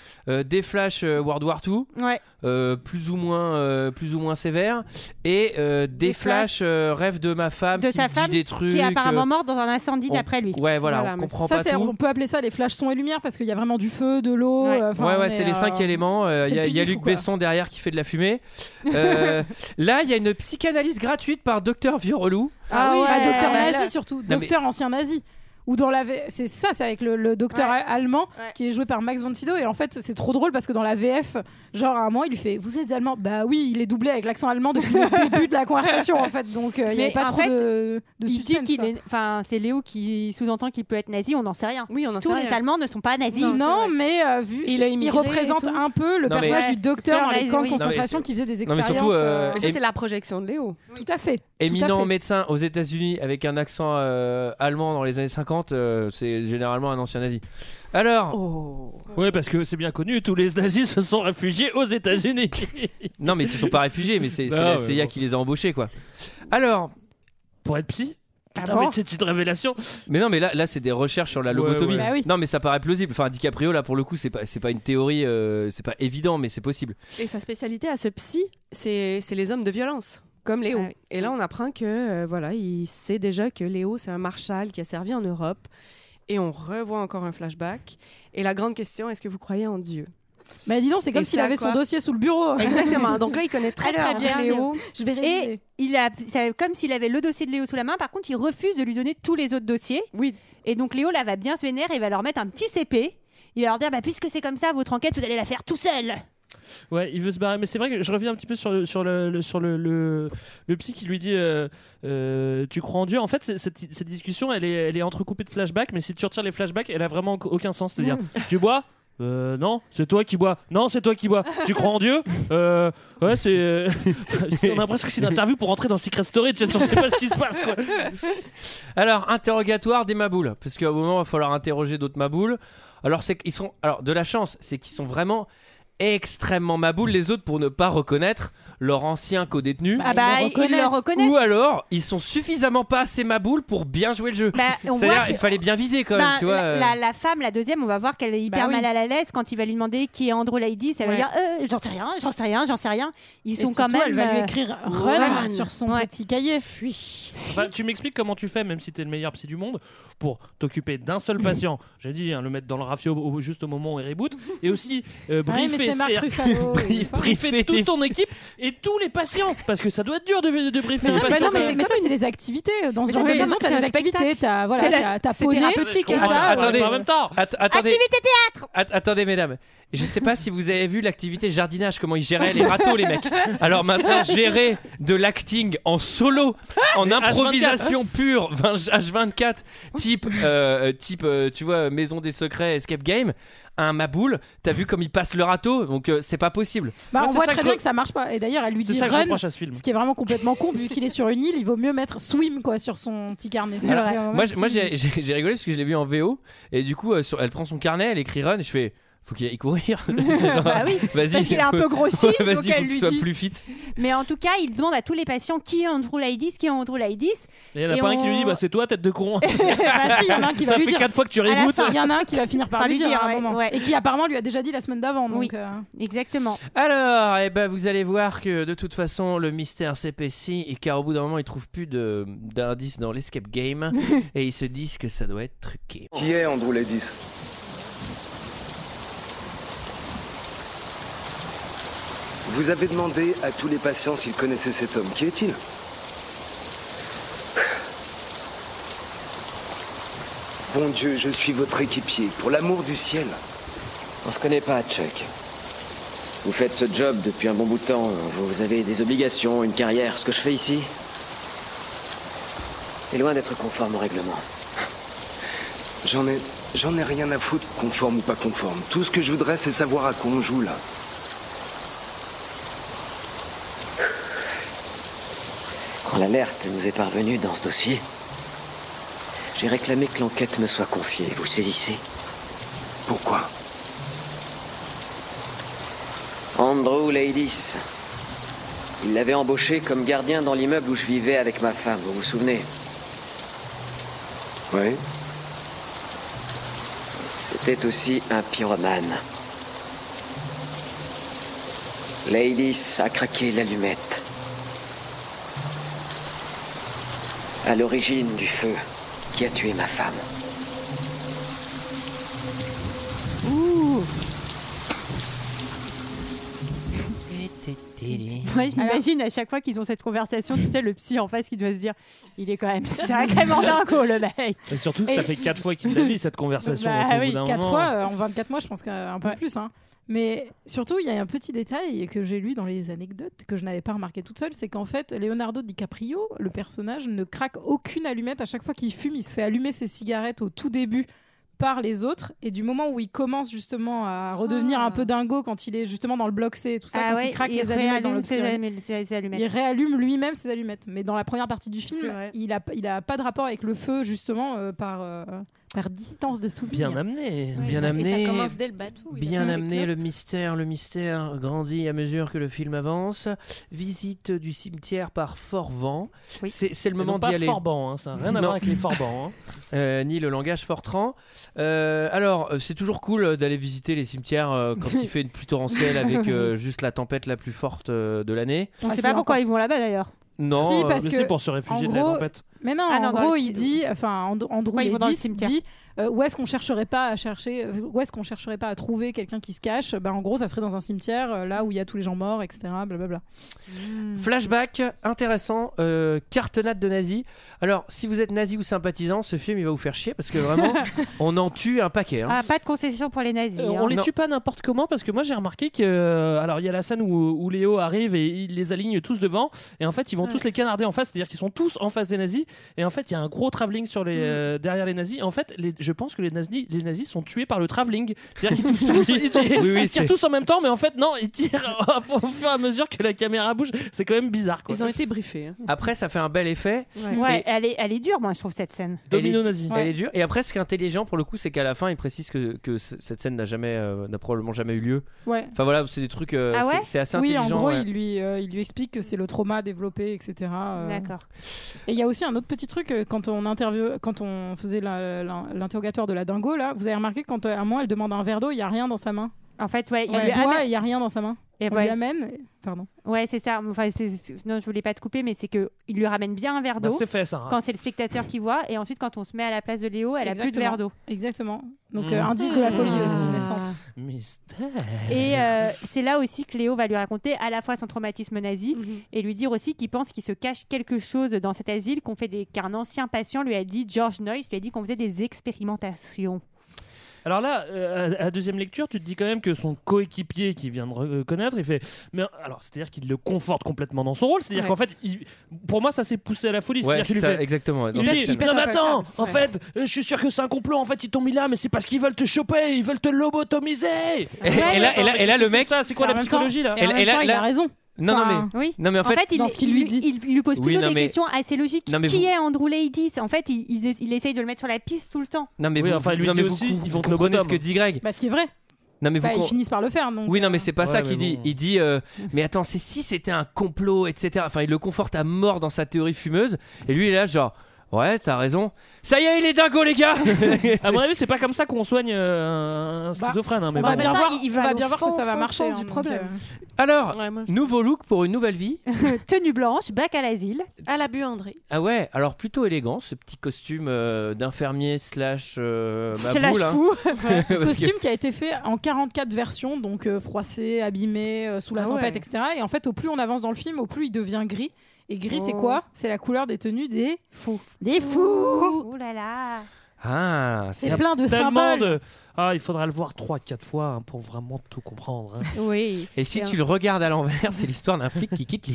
des flashs euh, World War deux, ouais. euh, plus ou moins, euh, plus ou moins sévères, et euh, des, des flashs euh, rêve de ma femme, de qui sa dit femme, des trucs, qui est apparemment euh, morte dans un incendie on... d'après lui. Ouais, voilà, voilà on comprend ça, pas c'est, tout. on peut appeler ça les flashs son et lumière parce qu'il y a vraiment du feu, de l'eau. Ouais, euh, ouais, ouais, c'est est, les cinq euh... éléments. Il euh, y a, y a Luc fou, Besson derrière qui fait de la fumée. Euh, là, il y a une psychanalyse gratuite par Docteur Vieux-Relou. Ah, ah oui, ouais, bah, docteur ouais, nazi là. surtout, Non, docteur mais... ancien nazi. Ou dans la v... c'est ça, c'est avec le, le docteur ouais. allemand ouais. qui est joué par Max von Sydow et en fait c'est trop drôle parce que dans la V F, genre à un moment il lui fait vous êtes allemand, bah oui il est doublé avec l'accent allemand depuis le début de la conversation en fait, donc euh, il y avait pas trop fait, de, de il suspense. dit qu'il est, enfin c'est Léo qui sous-entend qu'il peut être nazi, on n'en sait rien. Oui, on en Tous sait les rien. Allemands ne sont pas nazis. Non, non mais euh, vu il, il représente un peu le non, personnage mais... du docteur dans les camps de oui. concentration non, qui faisait des non, expériences. mais surtout, euh, mais ça c'est la projection de Léo. Tout à fait. Éminent médecin aux États-Unis avec un accent euh, allemand dans les années cinquante, euh, c'est généralement un ancien nazi. Alors, oh. ouais, parce que c'est bien connu, tous les nazis se sont réfugiés aux États-Unis. Non, mais ils se sont pas réfugiés, mais c'est, c'est la C I A bon. qui les a embauchés, quoi. Alors, pour être psy. Ah Putain, bon mais c'est une révélation. Mais non, mais là, là, c'est des recherches sur la lobotomie. Ouais, ouais. Bah oui. Non, mais ça paraît plausible. Enfin, DiCaprio, là, pour le coup, c'est pas, c'est pas une théorie, euh, c'est pas évident, mais c'est possible. Et sa spécialité à ce psy, c'est, c'est les hommes de violence. Comme Léo. Ah oui. Et là, on apprend que euh, voilà, il sait déjà que Léo, c'est un marshal qui a servi en Europe. Et on revoit encore un flashback. Et la grande question, est-ce que vous croyez en Dieu? Mais dis donc, c'est comme Et s'il c'est avait à quoi son dossier sous le bureau. Exactement. Donc là, il connaît très Alors, très bien Léo. Je vais réviser. Et il a, c'est comme s'il avait le dossier de Léo sous la main. Par contre, il refuse de lui donner tous les autres dossiers. Oui. Et donc Léo là va bien se vénérer et va leur mettre un petit C P. Il va leur dire bah, puisque c'est comme ça, votre enquête, vous allez la faire tout seul. Ouais, il veut se barrer. Mais c'est vrai que je reviens un petit peu sur le, sur le, le sur le, le, le psy qui lui dit euh, euh, tu crois en Dieu. En fait, c'est, cette, cette discussion, elle est, elle est entrecoupée de flashbacks. Mais si tu retires les flashbacks, elle a vraiment aucun sens. C'est-à-dire, tu bois Euh, non, c'est toi qui bois. Non, c'est toi qui bois. Tu crois en Dieu euh, Ouais, c'est. Euh... on a l'impression que c'est une interview pour entrer dans Secret Story. Tu sais, on sait pas ce qui se passe, quoi. Alors, interrogatoire des maboules, parce qu'à un moment, il va falloir interroger d'autres maboules. Alors, c'est qu'ils sont. Alors, de la chance, c'est qu'ils sont vraiment extrêmement maboules, les autres, pour ne pas reconnaître leur ancien co-détenu. Bah, ah bah, ils, ils le reconnaissent. Ou alors, ils sont suffisamment pas assez maboules pour bien jouer le jeu. Bah, on C'est-à-dire, voit que... il fallait bien viser quand bah, même, tu vois. La, euh... la, la femme, la deuxième, on va voir qu'elle est hyper bah, oui. mal à l'aise quand il va lui demander qui est Androlaïdis. Elle ouais. va dire euh, j'en sais rien, j'en sais rien, j'en sais rien. Ils Et sont surtout, quand même. Elle va lui euh... écrire Run, Run. sur son Ouais. petit cahier. Fuis. Enfin, tu m'expliques comment tu fais, même si t'es le meilleur psy du monde, pour t'occuper d'un seul patient. J'ai dit, hein, le mettre dans le rafio au, juste au moment où il reboot, et aussi euh, Ah oui, briefer, mais c'est Marc c'est-à-dire Ruffalo. briefer toute ton équipe et tous les patients, parce que ça doit être dur de, de briefer Mais, les ça, patients. mais, non, mais, c'est mais comme ça, une- c'est les activités. Dans ce Mais genre ça, de c'est maison, comme- t'as c'est des un activités. spectacle. T'as voilà, C'est la- t'as- t'as c'est poney, thérapeutique. et Attends, t'as, euh, attendez. en même temps. Att- attendez. Activité théâtre. Att- attendez, mesdames. Je sais pas si vous avez vu l'activité jardinage, comment ils géraient les râteaux, les mecs. Alors maintenant, gérer de l'acting en solo, en improvisation pure, H vingt-quatre, type, euh, type euh, tu vois, Maison des Secrets, Escape Game, un maboule, t'as vu comme ils passent le râteau, donc euh, c'est pas possible. Bah, Moi, on c'est voit ça très que bien je- que ça marche pas. Et d'ailleurs, elle lui C'est dit ça que je Run. reproche à ce film. Ce qui est vraiment complètement con, vu qu'il est sur une île, il vaut mieux mettre Swim quoi sur son petit carnet. C'est Alors, vrai. moi, j- moi j'ai, j'ai, j'ai rigolé parce que je l'ai vu en V O, et du coup, euh, sur- elle prend son carnet, elle écrit Run, et je fais. Faut qu'il aille courir. Bah oui, Vas-y, parce qu'il est un faut- peu grossi, Ouais, donc vas-y, faut elle que tu lui sois dit. plus fit. Mais en tout cas, il demande à tous les patients qui est Androlaïdis, qui est Androlaïdis. Il y en a Et pas un on- qui lui dit bah c'est toi tête de con. Bah, si, il y en a un qui va Ça lui fait dire. quatre fois que tu À la rebootes. fin. Il y en a un qui va finir par Par lui lui dire dire, à un ouais, moment. ouais. Et qui apparemment lui a déjà dit la semaine d'avant. Oui. Donc, euh, Exactement. Alors, eh ben, vous allez voir que de toute façon, le mystère s'épaissit et qu'au bout d'un moment, ils trouvent plus de, d'indices dans l'escape game et ils se disent que ça doit être truqué. Qui est Androlaïdis? Vous avez demandé à tous les patients s'ils connaissaient cet homme. Qui est-il? Bon Dieu, je suis votre équipier. Pour l'amour du ciel. On se connaît pas, Chuck. Vous faites ce job depuis un bon bout de temps. Vous avez des obligations, une carrière. Ce que je fais ici est loin d'être conforme au règlement. J'en ai, j'en ai rien à foutre, conforme ou pas conforme. Tout ce que je voudrais, c'est savoir à quoi on joue, là. Quand l'alerte nous est parvenue dans ce dossier, j'ai réclamé que l'enquête me soit confiée. Vous saisissez? Pourquoi? Androlaïdis. Il l'avait embauché comme gardien dans l'immeuble où je vivais avec ma femme, vous vous souvenez? Oui. C'était aussi un pyromane. Ladies a craqué l'allumette. À l'origine du feu qui a tué ma femme. Ouh. Moi, je m'imagine à chaque fois qu'ils ont cette conversation, tu sais, le psy en face qui doit se dire, il est quand même sacrément dingo, le mec. Et surtout, Et- ça fait quatre fois qu'il l'a vu cette conversation. Bah donc, au oui, bout d'un Quatre moment- fois euh, en vingt-quatre mois, je pense qu'un peu plus. Hein. Mais surtout, il y a un petit détail que j'ai lu dans les anecdotes que je n'avais pas remarqué toute seule, c'est qu'en fait, Leonardo DiCaprio, le personnage, ne craque aucune allumette. À chaque fois qu'il fume, il se fait allumer ses cigarettes au tout début par les autres, et du moment où il commence justement à redevenir Ah. un peu dingo quand il est justement dans le bloc C et tout ça, Ah quand ouais, il craque il les allumettes dans réallume ses l'obscurité. allum- ses allumettes. Il réallume lui-même ses allumettes. Mais dans la première partie du C'est film, vrai. il a, il a pas de rapport avec le feu justement euh, par, euh, par distance de souvenir. Bien amené. Ouais, Bien ça- amené. Et ça commence dès le bateau. il a Bien fait amené, le le mystère, le mystère grandit à mesure que le film avance. Visite du cimetière par Forvent. Oui. C'est, c'est le Mais moment non, d'y pas aller. Forban, hein, ça n'a rien à Non. voir avec les Forbans. Hein. Euh, ni le langage Fortran. Euh, alors, euh, c'est toujours cool euh, d'aller visiter les cimetières euh, quand il fait une pluie torrentielle avec euh, juste la tempête la plus forte euh, de l'année. On Ah, sait c'est pas pourquoi encore- ils vont là-bas d'ailleurs. Non, Si, euh, parce Mais que, c'est pour se réfugier en de la gros, tempête. Mais non, Ah non, en dans gros, le- il dit, enfin, And- Andrew Ouais, ils vont dans le Ladies cimetière. dit, euh, où est-ce qu'on chercherait pas à chercher, euh, où est-ce qu'on chercherait pas à trouver quelqu'un qui se cache. Ben, en gros, ça serait dans un cimetière, euh, là où il y a tous les gens morts, et cetera. Blablabla. Flashback intéressant, euh, cartonnade de nazis. Alors, si vous êtes nazi ou sympathisant, ce film il va vous faire chier parce que vraiment, on en tue un paquet. hein. Ah, pas de concession pour les nazis. Euh, hein. on les Non. tue pas n'importe comment parce que moi j'ai remarqué que euh, alors il y a la scène où, où Léo arrive et il les aligne tous devant et en fait ils vont tous les canarder en face, c'est-à-dire qu'ils sont tous en face des nazis et en fait il y a un gros travelling sur les euh, derrière les nazis. En fait les, je pense que les nazis les nazis sont tués par le travelling, c'est-à-dire qu'ils tous, tous- ils, ils- Oui, oui, ils tirent c'est- tous en même temps mais en fait non ils tirent au fur et à mesure que la caméra bouge, c'est quand même bizarre quoi. Ils ont été briefés. hein. Après, ça fait un bel effet. Ouais. Ouais, Et- elle est, elle est dure, moi, je trouve cette scène. Domino elle est, nazi. Elle est dure. Et après, ce qui est intelligent pour le coup, c'est qu'à la fin, il précise que, que c- cette scène n'a jamais, euh, n'a probablement jamais eu lieu. Ouais. Enfin voilà, c'est des trucs. euh, Ah ouais c'est, c'est assez Oui, intelligent. en gros, ouais. il, lui, euh, il lui explique que c'est le trauma développé, et cetera. euh. D'accord. Et il y a aussi un autre petit truc, euh, quand on, interview... quand on faisait la- la- l'interrogatoire de la dingo, là, vous avez remarqué que quand euh, à un moment elle demande un verre d'eau, il n'y a rien dans sa main. En fait, ouais, il Elle lui boit amène- et il n'y a rien dans sa main. Et On ouais. lui amène. Pardon. Ouais, c'est ça. Enfin, c'est- c'est- non, je voulais pas te couper, mais c'est que il lui ramène bien un verre Bah, d'eau c'est fait ça. hein. quand c'est le spectateur qui voit, et ensuite quand on se met à la place de Léo, elle a plus de Exactement. verre d'eau. Exactement. Donc, Mmh. euh, indice de la folie Ah. aussi naissante. Mystère. Et euh, c'est là aussi que Léo va lui raconter à la fois son traumatisme nazi Mhm. et lui dire aussi qu'il pense qu'il se cache quelque chose dans cet asile, qu'on fait des... qu'un ancien patient lui a dit, George Noyce lui a dit qu'on faisait des expérimentations. Alors là, euh, à la deuxième lecture, tu te dis quand même que son coéquipier qui vient de reconnaître, il fait. Mais alors, c'est-à-dire qu'il le conforte complètement dans son rôle. C'est-à-dire Ouais. qu'en fait, il- pour moi, ça s'est poussé à la folie. Ouais, C'est-à-dire qu'il c'est lui ça, fait. exactement. ouais, dans Il cette lui dit, scène. non mais attends, en Ouais. fait, euh, je suis sûr que c'est un complot. En fait, ils t'ont mis là, mais c'est parce qu'ils veulent te choper, ils veulent te lobotomiser. Et, et là, et là, et là, Qu'est-ce le que c'est mec. ça, c'est quoi Et en la même temps- psychologie là Et en Et- même et là- temps, il là- a raison. Non, non, Enfin, mais. Oui. Non, mais en En fait. fait, il, dans ce qu'il lui dit. il- il lui pose Oui, plutôt non, des mais- questions assez logiques. Non, mais Qui vous- est Andrew Ladies? En fait, il, il, il essaye de le mettre sur la piste tout le temps. Non, mais Oui, vous, enfin, il lui non, dit mais vous- aussi, vous ils vont te comprenez ce lobotomer. que dit Greg. Bah, ce qui est vrai. Non, mais vous. Bah, com- ils finissent par le faire. Donc, Oui, non, euh, mais c'est pas Ouais, ça mais qu'il dit. bon. Il dit, euh, mais attends, c'est si c'était un complot, et cetera. Enfin, il le conforte à mort dans sa théorie fumeuse. Et lui, il est là, genre, ouais, t'as raison. Ça y est, il est dingo, les gars. À mon avis, c'est pas comme ça qu'on soigne euh, un schizophrène. hein, mais on va bon. bien temps, voir, il- il on va va au bien voir fond, que ça va fond, marcher fond hein, du donc, problème. euh, Alors, Ouais, moi, je- nouveau look pour une nouvelle vie. Tenue blanche, bac à l'asile. À la buanderie. Ah ouais, alors plutôt élégant, ce petit costume euh, d'infirmier slash euh, Slash maboule, hein. fou. Parce que- costume qui a été fait en quarante-quatre versions, donc euh, froissé, abîmé, euh, sous la Ah tempête, ouais. et cetera. Et en fait, au plus on avance dans le film, au plus il devient gris. Et gris, c'est Oh. quoi? C'est la couleur des tenues des Fou. des fous. Ouh là là. Ah, C'est c'est plein de Tellement symboles. de. Ah, il faudra le voir trois quatre fois hein, pour vraiment tout comprendre. hein. Oui. Et si C'est tu le regardes à l'envers, c'est l'histoire d'un flic qui quitte l'île.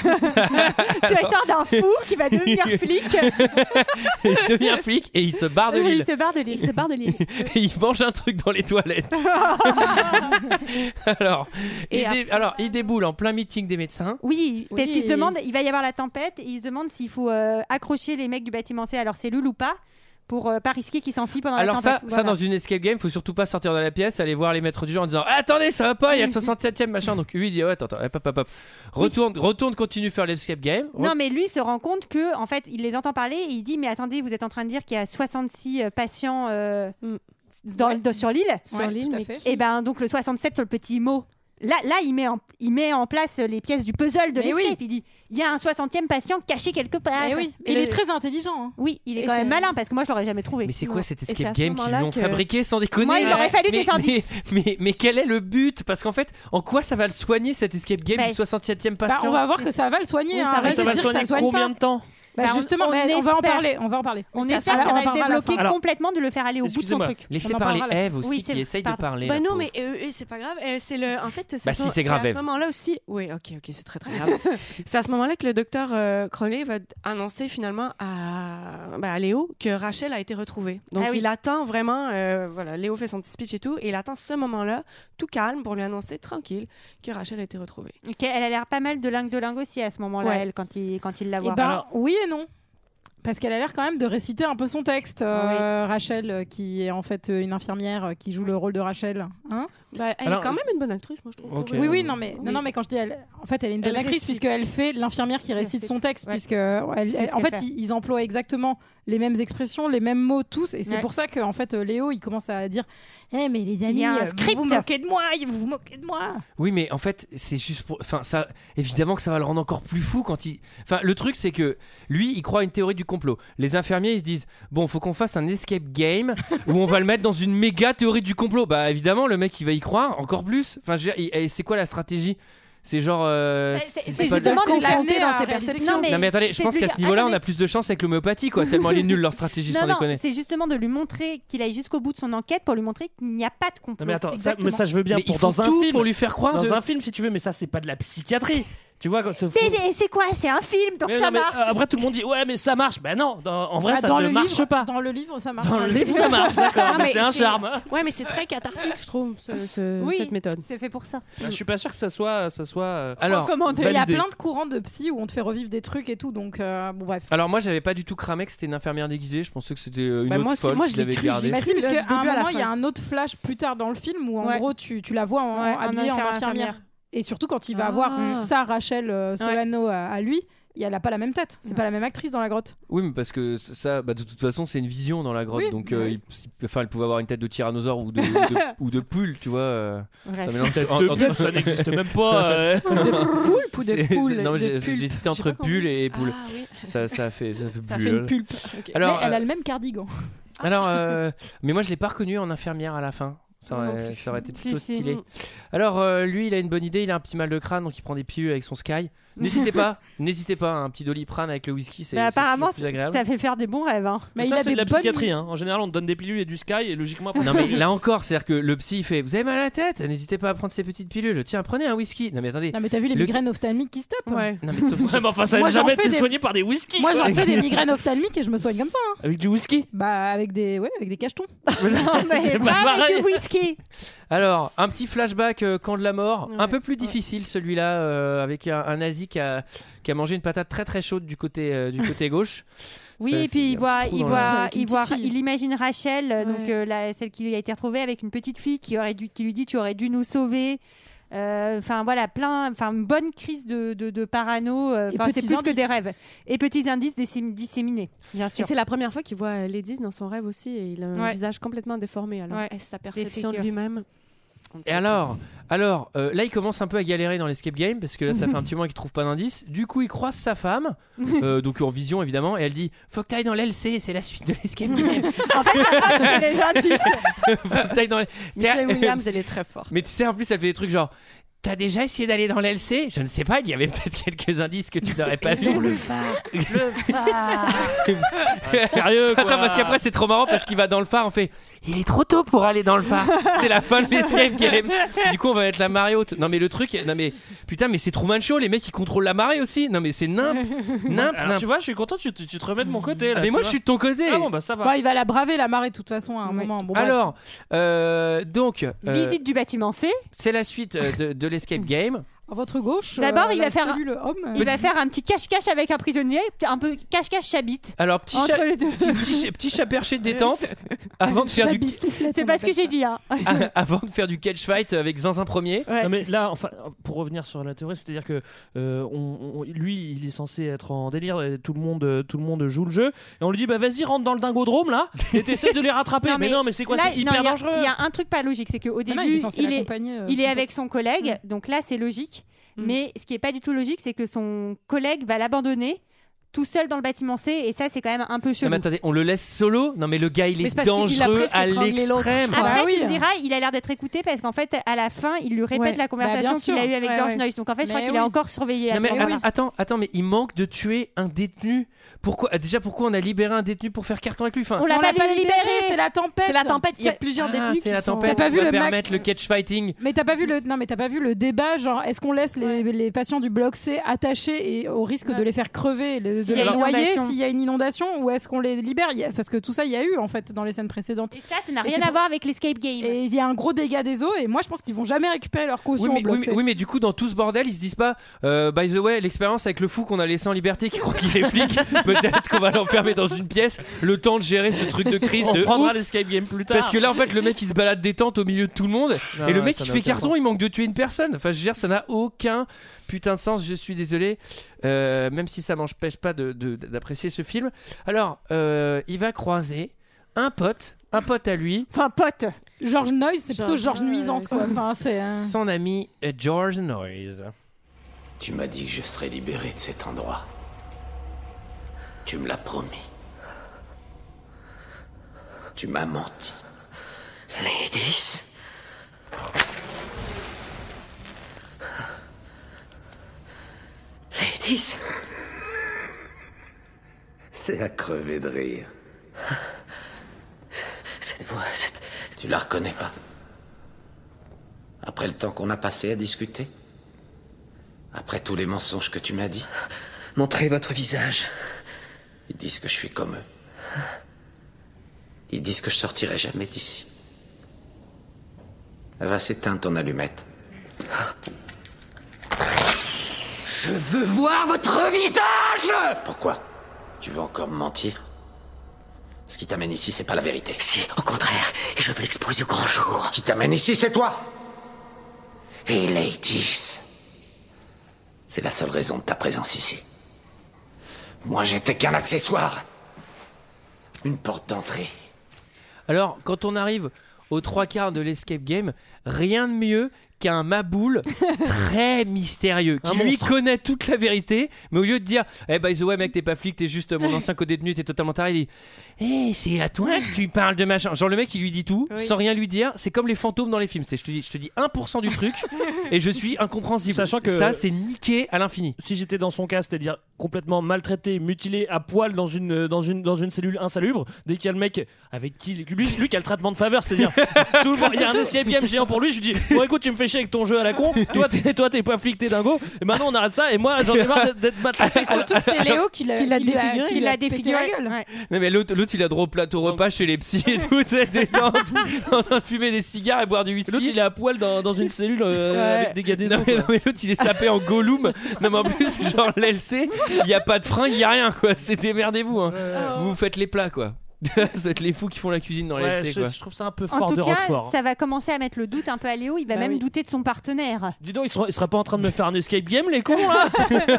C'est l'histoire d'un fou qui va devenir flic. Il devient flic et il se barre de Il l'île. se barre de l'île. Il se barre de l'île. Et il mange un truc dans les toilettes. alors, Et il dé- alors, il déboule en plein meeting des médecins. Oui, parce Oui. qu'il se demande, il va y avoir la tempête, et il se demande s'il faut euh, accrocher les mecs du bâtiment C à leur cellule ou pas, pour euh, pas risquer qu'ils s'enfuient pendant Alors la ça, tempête. ça dans une escape game, faut surtout pas sortir de la pièce, aller voir les maîtres du jeu en disant ah, attendez, ça va pas, il y a le soixante-septième machin. Donc lui il dit ouais, attends, attends, hop, hop, hop, hop. Retourne, retourne, continue faire l'escape game. Re- Non, mais lui se rend compte que, en fait, il les entend parler et il dit mais attendez, vous êtes en train de dire qu'il y a soixante-six euh, patients euh, Mm. dans, dans- sur l'île. Sur Ouais, l'île, tout à mais fait. Et ben donc le soixante-sept sur le petit mot. là, là il, met en, il met en place les pièces du puzzle de Mais l'escape. oui. Il dit il y a un soixantième patient caché quelque part. Et oui. Et il le- est très intelligent. Hein. Oui, il est Et quand c'est- même malin parce que moi je l'aurais jamais trouvé. Mais c'est quoi Non. cet Et c'est escape à ce game qu'ils moment-là lui ont que- fabriqué sans déconner? Moi, il aurait fallu mais, des cent dix. mais, mais, mais quel est le but? Parce qu'en fait, en quoi ça va le soigner cet escape game Bah, du soixante-septième Bah, patient? on va voir que ça va le soigner. Oui, hein. ça va- Arrête Ça de va dire que soigner ça le soigne combien pas. de temps? Bah, Bah, on- justement, on mais on va en espère. parler. On va en parler. On Ça, espère ça, que ça on va en le parlera à la débloquer fin. Alors- complètement, de le faire aller au bout de son Excusez-moi. truc. Laissez On en parler parlera, là. Eve aussi Oui, c'est- qui essaye de pardon. parler. Bah la non, pauvre. mais euh, euh, c'est pas grave. Euh, c'est le, en fait, c'est Bah à si, ce- c'est grave, à Eve. ce moment-là aussi. Oui, ok, ok, c'est très très grave. C'est à ce moment-là que le docteur euh, Crowley va annoncer finalement à, bah, à Léo que Rachel a été retrouvée. Donc Ah oui. il attend vraiment. euh, voilà, Léo fait son petit speech et tout, et il attend ce moment-là, tout calme, pour lui annoncer tranquille que Rachel a été retrouvée. Ok, elle a l'air pas mal de lingue de lingue aussi à ce moment-là, Ouais. elle, quand il, quand il la Eh voit. ben, Alors- oui et non. Parce qu'elle a l'air quand même de réciter un peu son texte, euh, Rachel, euh, qui est en fait euh, une infirmière euh, qui joue le rôle de Rachel. Hein Bah, elle Alors, est quand même une bonne actrice, moi je trouve. Ok. oui, oui, non mais, Oui. non, non, mais quand je dis elle, en fait, elle est une bonne Elle actrice récite. puisqu'elle fait l'infirmière qui récite son texte, Ouais. puisque elle- elle- C'est ce en qu'elle fait, fait. ils, ils emploient exactement les mêmes expressions, les mêmes mots tous, et c'est Ouais. pour ça que en fait, euh, Léo, il commence à dire, eh mais les Il amis, y a un euh, script. vous vous moquez de moi, vous vous moquez de moi. Oui, mais en fait, c'est juste pour. Enfin, ça. Évidemment que ça va le rendre encore plus fou quand il. Enfin, le truc, c'est que lui, il croit à une théorie du complot. Les infirmiers, ils se disent bon, faut qu'on fasse un escape game où on va le mettre dans une méga théorie du complot. Bah, évidemment, le mec, il va y croire encore plus. Enfin, je veux dire, et- et c'est quoi la stratégie? C'est genre. euh, Bah, c'est- c'est c'est pas- justement de l'amener confronter à dans ses réaliser- perceptions. Non, mais- Non mais attendez, je c'est pense plus qu'à ce que- niveau-là, on attendez. a plus de chance avec l'homéopathie, quoi. Tellement elle est nulle leur stratégie Non, sans non, déconner. c'est justement de lui montrer qu'il aille jusqu'au bout de son enquête pour lui montrer qu'il n'y a pas de complot. Non mais attends, ça, Exactement. mais ça je veux bien Mais pour il faut dans un tout film. pour lui faire croire. Dans de- un film si tu veux, mais ça c'est pas de la psychiatrie. Tu vois, quand c'est C'est- c'est- C'est quoi? C'est un film, donc Mais ça non, mais, marche. euh, après tout le monde dit ouais mais ça marche. Ben non, dans- en vrai Ah, ça dans ne le marche livre, pas. Dans le livre, ça marche. Dans le livre ça marche, d'accord. Non, mais mais c'est un c'est- charme. Ouais, mais c'est très cathartique, je trouve, ce- ce- Oui, cette méthode. c'est fait pour ça. Bah, je suis pas sûr que ça soit, ça soit. euh, Alors, Recommandé. Il y a validé. plein de courants de psy où on te fait revivre des trucs et tout, donc euh, bon bref. alors moi, j'avais pas du tout cramé que c'était une infirmière déguisée. Je pensais que c'était euh, une Bah, autre moi aussi, folle moi, qui je l'ai l'avait cru, je gardée. l'ai Bah si, parce du qu'à un début à la moment, il y a fin. un autre flash plus tard dans le film où en Ouais. gros tu, tu la vois en, Ouais, en habillée en infirmière. infirmière. Et surtout quand il va Ah. avoir sa Rachel euh, Solano à, à lui, et elle a pas la même tête. C'est pas la même actrice dans la grotte. Oui, mais parce que ça, bah, de toute façon, c'est une vision dans la grotte. Oui, donc, bah euh, oui. il- il- enfin, elle pouvait avoir une tête de tyrannosaure ou de, ou de, ou de poule, tu vois. euh, Bref. ça mélange Tête en- de en- bulle, ça n'existe même pas. euh. Poulpe ou de C'est- poule c'est- Non, de j'ai pulpe. j'ai hésité entre J'ai pas pull compris. et poule. Ah oui. Ça, ça fait, ça fait Ça bulle. fait une pulpe. Ok. Alors, mais elle euh, a le même cardigan. alors euh, mais moi, je l'ai pas reconnue en infirmière à la fin. Ça Non aurait, plus. ça aurait été Si, plutôt si. stylé. Alors, euh, lui, il a une bonne idée. Il a un petit mal de crâne, donc il prend des pilules avec son Sky. N'hésitez pas, n'hésitez pas. Un petit Doliprane avec le whisky, c'est Bah, c'est apparemment, toujours plus agréable. ça fait faire des bons rêves. Hein. Mais ça, il a c'est des de la bonnes- psychiatrie. Hein. En général, on te donne des pilules et du Sky et logiquement. après- Non mais là encore, c'est-à-dire que le psy il fait vous avez mal à la tête, n'hésitez pas à prendre ces petites pilules. Tiens, prenez un whisky. Non mais attendez. Non mais t'as vu les Le- migraines ophtalmiques qui se tapent. Ouais. Non mais sauf- Ouais, mais enfin, ça Moi, n'a j'en jamais fais été des- soigné par des whisky. Moi quoi. j'en fais des migraines ophtalmiques et je me soigne comme ça. hein. Avec du whisky. Bah avec des ouais avec des cachetons. C'est pas Pas avec pareil. du whisky. Alors, un petit flashback euh, camp de la mort, un Ouais. peu plus difficile celui-là, euh, avec un, un nazi qui a, qui a mangé une patate très très chaude du côté, euh, du côté gauche. Oui, Ça, et c'est puis il un voit, petit trou il dans voit, Avec une il voit, petite fille. il imagine Rachel, euh, donc Ouais. euh, la- celle qui lui a été retrouvée avec une petite fille qui aurait dû, qui lui dit tu aurais dû nous sauver. Euh, Enfin voilà, plein, enfin une bonne crise de, de, de parano. euh, Et Enfin c'est petits plus que indices. des rêves et petits indices dissém- disséminés, bien Et sûr. c'est la première fois qu'il voit Ladies dans son rêve aussi, et il a un Ouais. visage complètement déformé. Alors, Ouais. est-ce sa perception de figures. lui-même? On ne sait Et pas. alors, alors euh, là il commence un peu à galérer dans l'escape game parce que là ça fait un petit moment qu'il trouve pas d'indice. Du coup il croise sa femme, euh, donc en vision évidemment, et elle dit faut que t'ailles dans l'L C, c'est la suite de l'escape game. En fait, sa femme, c'est les indices. Faut que t'ailles dans l'- Michelle Williams, elle est très forte. Mais tu sais en plus elle fait des trucs genre t'as déjà essayé d'aller dans l'L C? Je ne sais pas, il y avait peut-être quelques indices que tu n'aurais pas vu. le phare, le phare. Ah, sérieux quoi. Attends, parce qu'après c'est trop marrant parce qu'il va dans le phare, on fait il est trop tôt pour aller dans le phare. C'est la fin de l'escape game. Du coup on va mettre la marée haute. Non mais le truc, non mais putain mais c'est Truman Show, les mecs ils contrôlent la marée aussi. Non mais c'est nimp, nimp, Alors nimp. tu vois, je suis content, tu, tu- tu te remets de mon côté. Là, Ah, mais tu moi vois. je suis de ton côté. Ah bon, bah ça va. Bon, il va la braver la marée de toute façon à un Oui. moment. Bon, bref. Alors, euh, donc, euh, Visite du bâtiment C. c'est la suite euh, de, de l'escape game. À votre gauche. D'abord, euh, il la va faire, cellule homme. euh. il va faire un petit cache-cache avec un prisonnier, un peu cache-cache chabite. Alors, petit entre chat, les deux. petit, petit, chat- petit chat perché de détente avant de faire du C'est pas ce que j'ai dit. Hein. avant de faire du catch fight avec Zinzin premier. Ouais. Non mais là, enfin, pour revenir sur la théorie, c'est-à-dire que euh, on, on- lui, il est censé être en délire, et tout le monde, euh, tout le monde joue le jeu, et on lui dit bah vas-y rentre dans le dingodrome là, et t'essaies de les rattraper. mais, non, mais c'est quoi, là, c'est non, hyper il y a- dangereux. Il y a un truc pas logique, c'est qu'au Ah début, non, il est censé il est, l'accompagner, euh, il est son avec son collègue, donc là c'est logique. Mm. Mais ce qui est pas du tout logique, c'est que son collègue va l'abandonner tout seul dans le bâtiment C, et ça c'est quand même un peu Non, chelou. mais attendez, on le laisse solo. Non, mais le gars, il Mais est c'est parce qu'il a dangereux presque à étranglé l'autre, je l'extrême. crois. Après, Ah oui. tu me diras, il a l'air d'être écouté parce qu'en fait, à la fin, il lui répète Ouais. la Bah, conversation bien qu'il sûr. a eue avec Ouais, George ouais. Noyce. Donc en fait, je crois Mais qu'il oui. est encore surveillé à Non, ce mais moment-là. att- attends, attends, mais il manque de tuer un détenu. Pourquoi ah, déjà, pourquoi on a libéré un détenu pour faire carton avec lui enfin, On l'a On pas, l'a pas libéré. libéré, c'est la tempête. C'est la tempête, il y a C'est- plusieurs Ah, détenus c'est qui la sont... tempête T'as pas qui vu va le permettre Mac- le catch fighting. Mais t'as pas vu le non mais t'as pas vu le débat genre est-ce qu'on laisse les, les patients du bloc C attachés et au risque de les faire crever, de S'il y les a noyer inondation. s'il y a une inondation ou est-ce qu'on les libère Il y a- parce que tout ça il y a eu en fait dans les scènes précédentes. Et ça, ça n'a Et rien c'est à pour- voir avec l'escape game. Et il y a un gros dégât des eaux et moi je pense qu'ils vont jamais récupérer leur caution Oui mais, au bloc oui, mais, C. oui, mais du coup, dans tout ce bordel, ils se disent pas euh, by the way, l'expérience avec le fou qu'on a laissé en liberté qui croit qu'il est flic, peut-être qu'on va l'enfermer dans une pièce, le temps de gérer ce truc de crise On de prendra ouf. l'escape game plus tard. Parce que là, en fait, le mec il se balade détente au milieu de tout le monde, Non, et le ouais, mec ça il n'a fait aucun carton, sens. il manque de tuer une personne. Enfin, je veux dire, ça n'a aucun putain de sens. Je suis désolé, euh, même si ça m'empêche pas de, de- d'apprécier ce film. Alors, euh, il va croiser un pote, un pote à lui, Enfin, pote. George Noyce c'est plutôt George George Nuisance quoi. Enfin, c'est un- son ami euh, George Noyce. Tu m'as dit que je serais libéré de cet endroit. Tu me l'as promis. Tu m'as menti. Ladies. Ladies. C'est à crever de rire. Cette voix, cette... Tu la reconnais pas? Après le temps qu'on a passé à discuter? Après tous les mensonges que tu m'as dit? Montrez votre visage. Ils disent que je suis comme eux. Ils disent que je sortirai jamais d'ici. Elle va s'éteindre ton allumette. Je veux voir votre visage. Pourquoi? Tu veux encore me mentir? Ce qui t'amène ici, c'est pas la vérité. Si, au contraire, et je veux l'exposer au grand jour. Ce qui t'amène ici, c'est toi. Et ladies. C'est la seule raison de ta présence ici. Moi, j'étais qu'un accessoire. Une porte d'entrée. Alors, quand on arrive aux trois quarts de l'escape game, rien de mieux qu'un Maboul très mystérieux qui Un lui monstre. connaît toute la vérité, mais au lieu de dire eh by the way mec t'es pas flic, t'es juste mon ancien co-détenu, t'es totalement taré, il dit eh c'est à toi que tu parles de machin. Genre le mec il lui dit tout Oui. sans rien lui dire, c'est comme les fantômes dans les films, c'est je te dis je te dis un pour cent du truc et je suis incompréhensible. Sachant que- ça c'est niqué à l'infini. Si j'étais dans son cas, c'est-à-dire complètement maltraité, mutilé à poil dans une, dans une, dans une cellule insalubre, dès qu'il y a le mec avec qui. Lui, lui qui a le traitement de faveur, c'est-à-dire. tout le monde- Il y a un escape game géant pour lui, je lui dis bon, écoute, tu me fais chier avec ton jeu à la con, toi, t'es, toi, t'es pas flic, t'es dingo, et maintenant on arrête ça, et moi, j'en ai marre d'être, d'être maltraité. Et surtout que c'est Léo qui l'a Qui l'a qui lui a- défiguré, qui il lui a l'a pété défiguré. la gueule. Ouais. Non mais l'autre, l'autre il a droit au plateau repas chez les psys et tout, tu sais, détente, en train de fumer des cigares et boire du whisky. L'autre, il est à poil dans, dans une cellule euh, Ouais. avec des gars des Non os, mais, quoi. non, mais l'autre il est sapé en Gollum. Non mais en plus genre l'L C, il y a pas de frein, il y a rien quoi. C'est démerdez-vous hein. Vous vous faites les plats quoi. Vous êtes les fous qui font la cuisine dans Ouais, l'L C je, quoi. je trouve ça un peu En fort tout de cas, Roquefort. ça va commencer à mettre le doute un peu à Léo. Il va Bah même oui. douter de son partenaire. Dis donc, il sera, il sera pas en train de me faire un escape game, les cons là.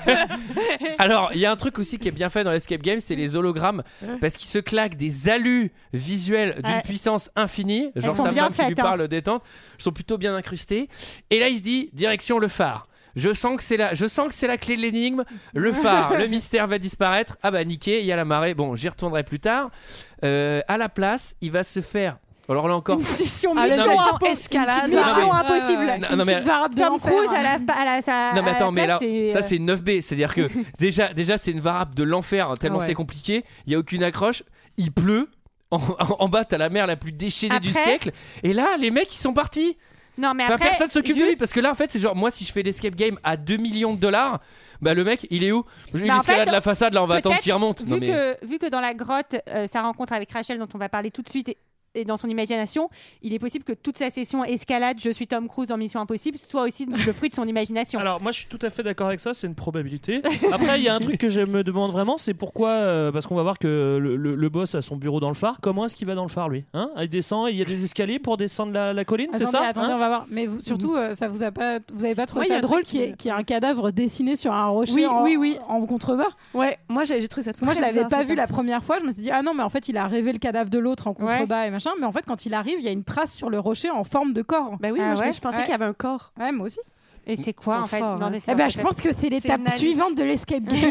Alors il y a un truc aussi qui est bien fait dans l'escape game, c'est les hologrammes parce qu'ils se claquent des alus visuels d'une Ouais. puissance infinie. Genre Elles sont sa bien femme qui lui faites, hein. parle détente, elles sont plutôt bien incrustées. Et là il se dit direction le phare. Je sens que c'est la, je sens que c'est la clé de l'énigme. Le phare, le mystère va disparaître. Ah bah niqué, il y a la marée. Bon, j'y retournerai plus tard. Euh, à la place, il va se faire. Alors là encore. Une session Ah, mission, une session impo- escalade. une petite mission Non, mais- impossible. Ouais, ouais, ouais. Non, Une non, mais- petite variable de Tom l'enfer. Cruise à la, à la, sa- Non mais à attends, la mais place, là, c'est, ça euh, c'est neuf B, c'est-à-dire que déjà, déjà c'est une variable de l'enfer tellement Ah ouais. c'est compliqué. Il y a aucune accroche. Il pleut. En, en- en bas, t'as la mer la plus déchaînée du Après- siècle. Et là, les mecs, ils sont partis. Non mais Enfin, après, personne s'occupe de lui juste- parce que là, en fait, c'est genre moi, si je fais l'escape game à deux millions de dollars, bah le mec, il est où? Il Bah, en escalade fait, la façade, là, on va attendre peut-être, qu'il remonte. Vu, Non, mais- que, vu que dans la grotte, euh, sa rencontre avec Rachel, dont on va parler tout de suite, est, et dans son imagination, il est possible que toute sa session escalade, je suis Tom Cruise dans Mission Impossible, soit aussi le fruit de son imagination. Alors moi je suis tout à fait d'accord avec ça, c'est une probabilité. Après il y a un truc que je me demande vraiment, c'est pourquoi, euh, parce qu'on va voir que le, le, le boss a son bureau dans le phare, comment est-ce qu'il va dans le phare lui, hein? Il descend, il y a des escaliers pour descendre la, la colline, attendez, c'est ça attendez, hein on va voir. Mais vous, surtout, euh, ça vous a pas, vous avez pas trouvé Ouais, y a ça un drôle truc qu'il y, ait- qui- qu'il y ait un cadavre dessiné sur un rocher Oui, en, oui, oui. en contrebas? Ouais, moi j'ai, j'ai trouvé ça. Parce que moi je très l'avais bizarre, pas cette vu la partie. première fois, je me suis dit ah non mais en fait il a rêvé le cadavre de l'autre en contrebas et machin, mais en fait quand il arrive il y a une trace sur le rocher en forme de corps. Bah oui, Ah moi je- ouais je pensais Ouais. qu'il y avait un corps. Ouais, moi aussi. Et c'est quoi Ils en sont fait forts, Non, hein. mais ça, Eh ben, en je fait, pense que c'est l'étape une analyse. suivante de l'escape game.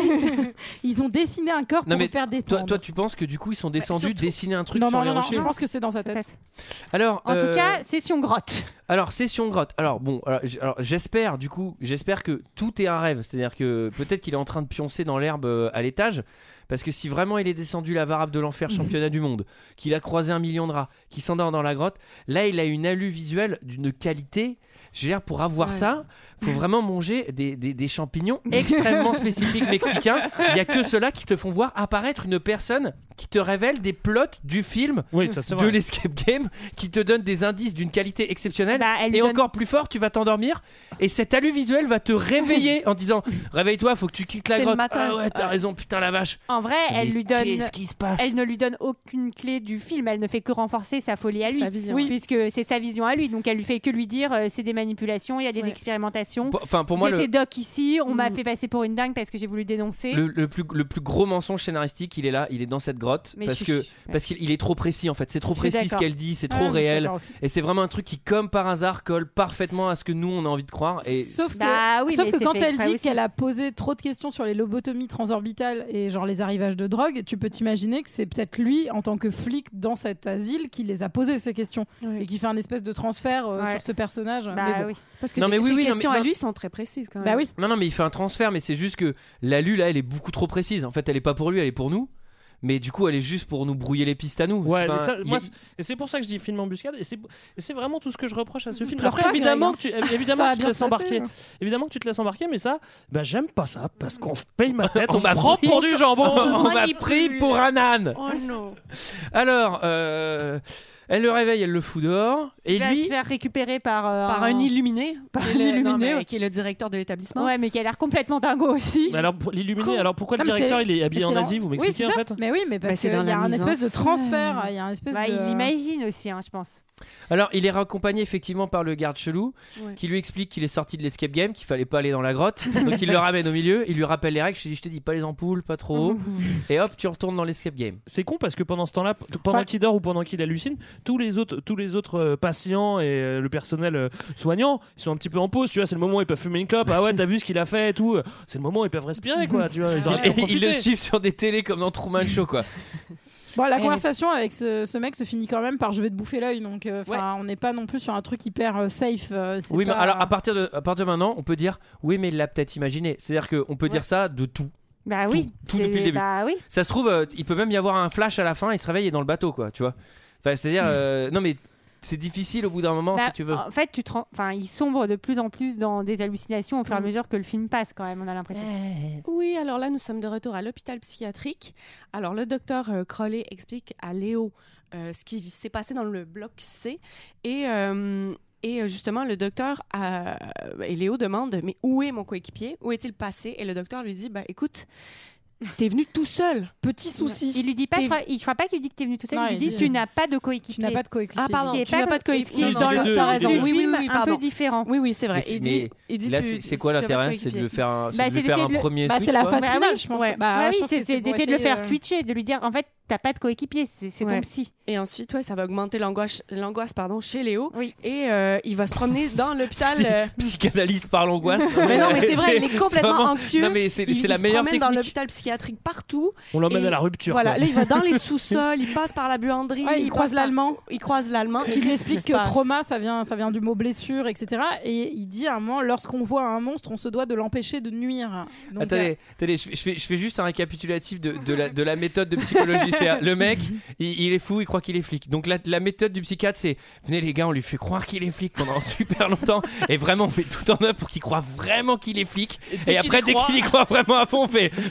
Ils ont dessiné un corps pour Non mais le faire toi, détendre. toi tu penses que du coup ils sont descendus surtout- dessiner un truc non, sur non, les non, non, rochers je pense que c'est dans sa tête. peut-être. Alors En euh, tout cas, session grotte. Alors session grotte. Alors bon, alors, j- alors, j'espère du coup, j'espère que tout est un rêve. C'est-à-dire que peut-être qu'il est en train de pioncer dans l'herbe euh, à l'étage, parce que si vraiment il est descendu la varable de l'enfer championnat du monde, qu'il a croisé un million de rats, qu'il s'endort dans la grotte, là il a une alu visuelle d'une qualité. Je veux dire, pour avoir Ouais. ça, faut vraiment manger des, des, des champignons extrêmement spécifiques mexicains. Il y a que ceux-là qui te font voir apparaître une personne qui te révèle des plots du film, Oui, ça c'est de vrai. l'escape game, qui te donne des indices d'une qualité exceptionnelle. Bah, elle lui Et donne- encore plus fort, tu vas t'endormir et cette alu visuelle va te réveiller en disant réveille-toi, faut que tu quittes la C'est le grotte. matin. Ah ouais, t'as raison, putain la vache. En vrai, elle Mais lui donne. Qu'est-ce qui se passe Elle ne lui donne aucune clé du film, elle ne fait que renforcer sa folie à lui. Sa vision. Oui, Ouais. puisque c'est sa vision à lui, donc elle lui fait que lui dire euh, c'est des manipulations, il y a des Ouais. expérimentations. Pour- Enfin, pour moi, J'étais le, doc ici, on m'a Mm. fait passer pour une dingue parce que j'ai voulu dénoncer. le, le plus, le plus gros mensonge scénaristique, il est là, il est dans cette grotte Mais parce je que suis- parce qu'il il est trop précis en fait. C'est trop Je suis précis ce d'accord. qu'elle dit, c'est trop Ouais, mais je suis réel. d'accord aussi. Et c'est vraiment un truc qui, comme par hasard, colle parfaitement à ce que nous on a envie de croire. Et Sauf que, Bah oui, sauf mais que c'est quand fait elle exprès dit aussi. qu'elle a posé trop de questions sur les lobotomies transorbitales et genre les arrivages de drogue, tu peux t'imaginer que c'est peut-être lui, en tant que flic dans cet asile, qui les a posées ces questions Ouais. et qui fait un espèce de transfert euh, Ouais. sur ce personnage. Bah Mais bon. oui. Parce que Non, ces- mais oui, ces oui, non, questions mais- à non. lui sont très précises quand même. Bah oui. non, non, mais il fait un transfert, mais c'est juste que la Lu là, elle est beaucoup trop précise. En fait, elle est pas pour lui, elle est pour nous. Mais du coup, elle est juste pour nous brouiller les pistes à nous. Ouais, C'est mais pas- ça, il y a- moi, c'est- et c'est pour ça que je dis film embuscade, et c'est, et c'est vraiment tout ce que je reproche à ce film. Pleure Après, pas, évidemment, Greg, que tu, évidemment Ça que va tu te bien laisses se passer, embarquer. hein. Évidemment que tu te laisses embarquer, mais ça, bah, j'aime pas ça, parce qu'on paye ma tête, on, On m'a me prend pris- pour du jambon. on m'a manipule. pris pour un âne. Oh non. Alors, euh, elle le réveille, elle le fout dehors. Et Il va lui, se faire récupérer par, euh, Par un illuminé. Par qui est un le- non, illuminé, mais ouais. qui est le directeur de l'établissement. Ouais, mais qui a l'air complètement dingo aussi. Mais alors, pour l'illuminé, Cool. alors pourquoi Non, le mais directeur c'est- il est habillé mais en c'est Asie, dans- vous Oui, m'expliquez c'est en ça. fait Mais oui, mais parce Bah, c'est qu'il dans y a la un mise en espèce de scène. transfert, il y a un espèce Bah, de. il l'imagine aussi, hein, je pense. alors, il est raccompagné effectivement par le garde chelou Ouais. qui lui explique qu'il est sorti de l'escape game, qu'il fallait pas aller dans la grotte. Donc, il le ramène au milieu, il lui rappelle les règles. Je t'ai dit, je t'ai dit pas les ampoules, pas trop haut. Et hop, tu retournes dans l'escape game. C'est con parce que pendant ce temps-là, p- pendant Enfin- qu'il dort ou pendant qu'il hallucine, tous les autres, tous les autres euh, patients et euh, le personnel euh, soignant, ils sont un petit peu en pause. Tu vois, c'est le moment où ils peuvent fumer une clope. Ah ouais, t'as vu ce qu'il a fait et tout. C'est le moment où ils peuvent respirer, quoi. Tu vois, ils auraient pu en Et ils profiter. le suivent sur des télés comme dans Truman Show, quoi. Bon, la Et- conversation avec ce, ce mec se finit quand même par je vais te bouffer l'œil, donc euh, 'fin, on n'est pas non plus sur un truc hyper euh, safe. euh, c'est Oui, mais pas- alors à partir de, à partir de maintenant, on peut dire oui, mais il l'a peut-être imaginé. C'est-à-dire qu'on peut dire ça de tout. Bah oui. Tout, tout c'est- depuis le début. Bah oui. Ça se trouve, euh, il peut même y avoir un flash à la fin, il se réveille et est dans le bateau, quoi, tu vois. Enfin, c'est-à-dire, euh, non mais c'est difficile au bout d'un moment, Bah, si tu veux. En fait, tu te rends- enfin, il sombre de plus en plus dans des hallucinations au fur et à Mm. mesure que le film passe, quand même, on a l'impression. Oui, alors là, nous sommes de retour à l'hôpital psychiatrique. Alors, le docteur euh, Crowley explique à Léo euh, ce qui s'est passé dans le bloc C. Et, euh, et euh, justement, le docteur euh, et Léo demande mais où est mon coéquipier? Où est-il passé? Et le docteur lui dit bah, écoute, t'es venu tout seul. Petit souci. Il lui dit pas, T'es- je crois, il, je crois pas qu'il dit que t'es venu tout seul, Non, il lui il dit dit- tu n'as pas de coéquipier. Tu n'as pas de coéquipier. Ah, pardon, Ce qui est tu n'as pas de co- coéquipier. ce qui est Non, dans il le dit deux, sens il dit du deux. Oui, oui, film oui, un pardon. peu différent. Oui, oui, c'est vrai. Mais, Il dit, mais il dit là, tu- c'est c'est quoi tu n'as pas de l'intérêt? C'est de le faire, un, c'est Bah, de c'est lui faire d'essayer un de le- premier Bah, switch, c'est la quoi. phase Bah finale, oui, je pense. ouais. Bah, Bah je oui, pense que c'est c'est pour d'essayer de le essayer, faire euh, switcher, de lui dire en fait t'as pas de coéquipier, c'est c'est Ouais. ton psy. Et ensuite, ouais, ça va augmenter l'angoisse, l'angoisse pardon, chez Léo. Oui. Et euh, il va se promener dans l'hôpital. Psy- euh, Psychanalyse par l'angoisse. Mais non, mais c'est vrai, il est complètement vraiment- anxieux. Non, mais c'est Il- c'est la il meilleure se promène dans technique. l'hôpital psychiatrique partout. On l'emmène Et à la rupture. Voilà, quoi. là il va dans les sous-sols, il passe par la buanderie, Ouais, il passe croise par- l'allemand. il croise l'allemand, Qui lui explique que trop trauma, ça vient, ça vient du mot blessure, et cetera. Et il dit à un moment, lorsqu'on voit un monstre, on se doit de l'empêcher de nuire. Donc, Attendez, attendez, je, je fais, je fais juste un récapitulatif de, de, la, de la méthode de psychologie. C'est euh, le mec, il, il est fou, il croit qu'il est flic. Donc la, la méthode du psychiatre, c'est venez les gars, on lui fait croire qu'il est flic pendant super longtemps, et vraiment on met tout en œuvre pour qu'il croit vraiment qu'il est flic. dès Et, qu'il après, y dès croit- qu'il y croit vraiment à fond, on fait ouais mec,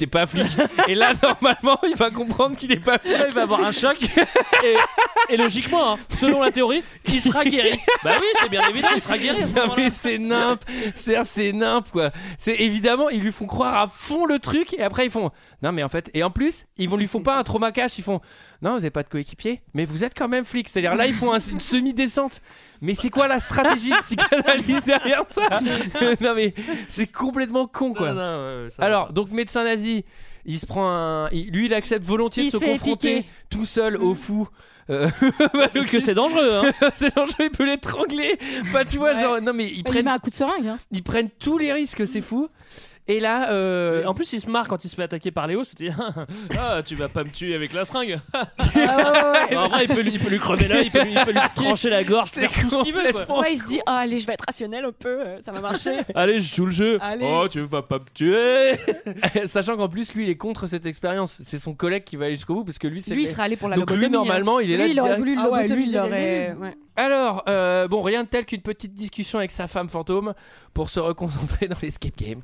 t'es pas flic. Et là, normalement, il va comprendre qu'il est pas flic. Là, il va avoir un choc. Et, et logiquement, hein, selon la théorie, il sera guéri. Bah oui, c'est bien évident, il sera guéri. À ce non, mais c'est nimp. C'est, c'est nimp, quoi. C'est évidemment, ils lui font croire à fond le truc. Et après, ils font. Non, mais en fait. Et en plus, ils vont lui font pas un trauma cash. Ils font. Non, vous avez pas de coéquipier. Mais vous êtes quand même flic. C'est-à-dire, là, ils font un, une semi-descente. Mais c'est quoi la stratégie psychanalyse derrière ça? Non mais c'est complètement con quoi. Non, non, ouais, ça Alors va. donc médecin nazi, il se prend un, il, lui il accepte volontiers Il de se se fait confronter piquer. tout seul Mmh. au fou. Euh, Parce que c'est dangereux. Hein. c'est dangereux, il peut l'étrangler. Enfin tu vois Ouais. genre non mais ils Bah, il prennent, met un coup de seringue. Hein. ils prennent tous les risques, c'est fou. Et là, euh... En plus, il se marre quand il se fait attaquer par Léo. C'était ah, tu vas pas me tuer avec la seringue. Ah, ouais, ouais. En vrai, il peut, lui, il peut lui crever l'œil, il peut lui, il peut lui trancher la gorge, C'est faire tout ce qu'il veut. Quoi. Ouais, il se dit ah allez, je vais être rationnel un peu, euh, ça va marcher. Allez, je joue le jeu. Allez. Oh, tu vas pas me tuer. Sachant qu'en plus lui il est contre cette expérience. C'est son collègue qui va aller jusqu'au bout parce que lui c'est Lui, il sera allé pour la donc lui lobotomie, normalement il est là Lui, il aurait direct. voulu le Ah ouais, lui, lobotomiser il dès le aurait. début. Ouais. Alors, euh, bon, rien de tel qu'une petite discussion avec sa femme fantôme pour se reconcentrer dans l'escape game.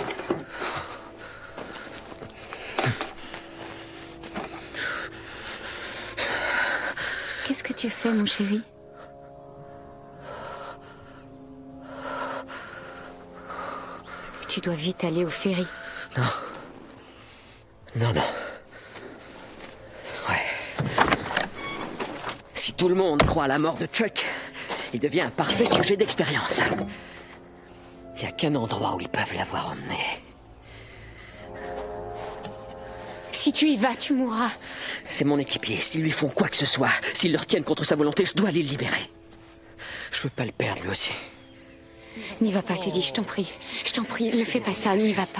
Qu'est-ce que tu fais, mon chéri? Tu dois vite aller au ferry. Non. Non, non. Ouais. Si tout le monde croit à la mort de Chuck, il devient un parfait sujet d'expérience. Il n'y a qu'un endroit où ils peuvent l'avoir emmené. Si tu y vas, tu mourras. C'est mon équipier. S'ils lui font quoi que ce soit, s'ils le retiennent contre sa volonté, je dois les libérer. Je veux pas le perdre, lui aussi. N'y va pas, Teddy, je t'en prie. Je t'en prie, ne fais pas ça, n'y va pas.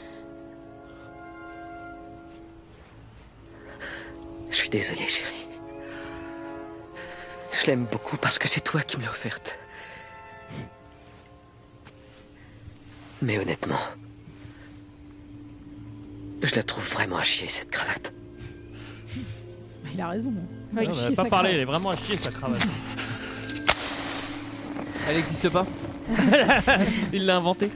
Je suis désolé, chérie. Je l'aime beaucoup parce que c'est toi qui me l'as offerte. Mais honnêtement, je la trouve vraiment à chier, cette cravate. Il a raison. Ouais, on n'a pas parlé, elle est vraiment à chier sa cravate. Elle n'existe pas. Il l'a inventée.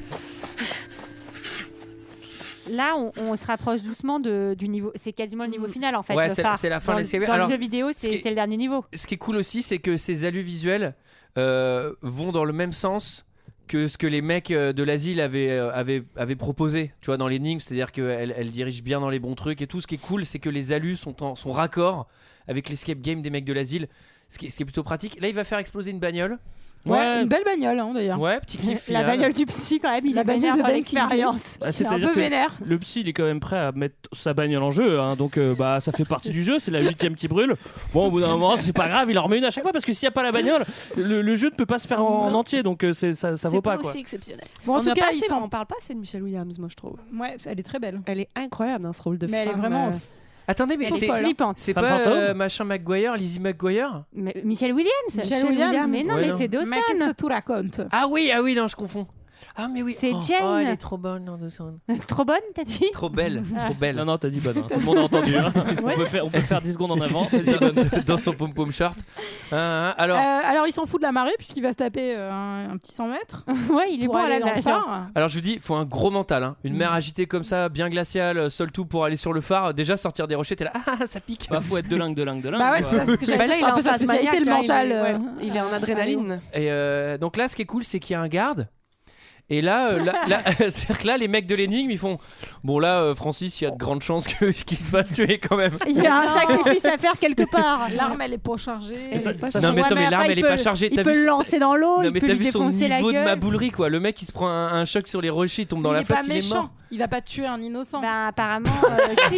Là, on, on se rapproche doucement de, du niveau. C'est quasiment le niveau final en fait. Ouais, le c'est, phare. c'est la fin dans, de le- l'escape. Dans Alors, le jeu vidéo, ce c'est, qui est- c'est le dernier niveau. Ce qui est cool aussi, c'est que ces allus visuels euh, vont dans le même sens que ce que les mecs euh, de l'asile avaient, euh, avaient, avaient proposé, tu vois, dans l'énigme, c'est-à-dire qu'elle elle dirige bien dans les bons trucs et tout. Ce qui est cool, c'est que les allus sont, en, sont raccord avec l'escape game des mecs de l'asile, ce qui, est, ce qui est plutôt pratique. Là, il va faire exploser une bagnole. Ouais, ouais, une belle bagnole hein, d'ailleurs. Ouais, petit cliff La final. bagnole du psy quand même, il La est bagnole vénère de dans Ben l'expérience. Bah, C'est un c'est-à-dire peu que vénère. le psy il est quand même prêt à mettre sa bagnole en jeu, hein, donc euh, bah ça fait partie du jeu, c'est la huitième qui brûle. Bon, au bout d'un moment, c'est pas grave, il en remet une à chaque fois parce que s'il n'y a pas la bagnole, le, le jeu ne peut pas se faire en, en entier, donc euh, c'est, ça, ça vaut pas quoi. aussi exceptionnel. Bon, en on tout a cas, pas ils assez- sont- on parle pas assez de Michelle Williams, moi je trouve. Ouais, elle est très belle. Elle est incroyable dans ce rôle de Mais elle est femme. vraiment. euh, Attendez, mais Elle c'est est flippante. C'est Femme pas fantôme euh, machin McGuire, Lizzie McGuire Mais Michelle Williams. Michelle Williams. Mais non, Ouais, mais non. c'est Mais qu'est-ce Dawson. que tu racontes? Ah oui, ah oui, non, je confonds. Ah mais oui, C'est oh, Jane. Oh, elle est trop bonne, non, Dawson. Trop bonne, t'as dit? Trop belle, trop belle. Non, non, t'as dit bonne, hein. Tout le monde a entendu. Hein. on, peut faire, on peut faire dix secondes en avant. T'as dit bonne. Dans son pom-pom short. Hein, hein, alors, Euh, alors, il s'en fout de la marée puisqu'il va se taper euh, un, un petit cent mètres. Ouais, il est pour bon à aller la dans le nage. phare. alors je vous dis, il faut un gros mental. Hein. Une mer agitée comme ça, bien glaciale, seul tout pour aller sur le phare. Déjà sortir des rochers, t'es là, ah ça pique. Bah, faut être de lingue, de lingue, de lingue. Bah ouais, quoi. c'est ça, ce que j'allais Bah là, dire. il C'est est un peu en sa phase spécialité, le maniaque, hein, mental. il est- ouais, euh, il est en adrénaline. Et euh, donc là, ce qui est cool, c'est qu'il y a un garde. Et là, euh, là, là c'est-à-dire que là, les mecs de l'énigme, ils font bon là, euh, Francis, il y a de grandes chances que, qu'il se fasse tuer quand même. Il y a un sacrifice à faire quelque part. L'arme, elle est pas chargée. Et ça- elle est pas ça- Non mais Ouais, attends, mais après, l'arme, il elle est peut- pas chargée. Il T'as peut vu le lancer dans l'eau, Non il mais peut t'as lui vu son défoncer la niveau de gueule. maboulerie quoi. Le mec, il se prend un, un choc sur les rochers, il tombe dans il la est pas flotte, il est méchant. mort. Il va pas tuer un innocent. Bah apparemment, euh, si.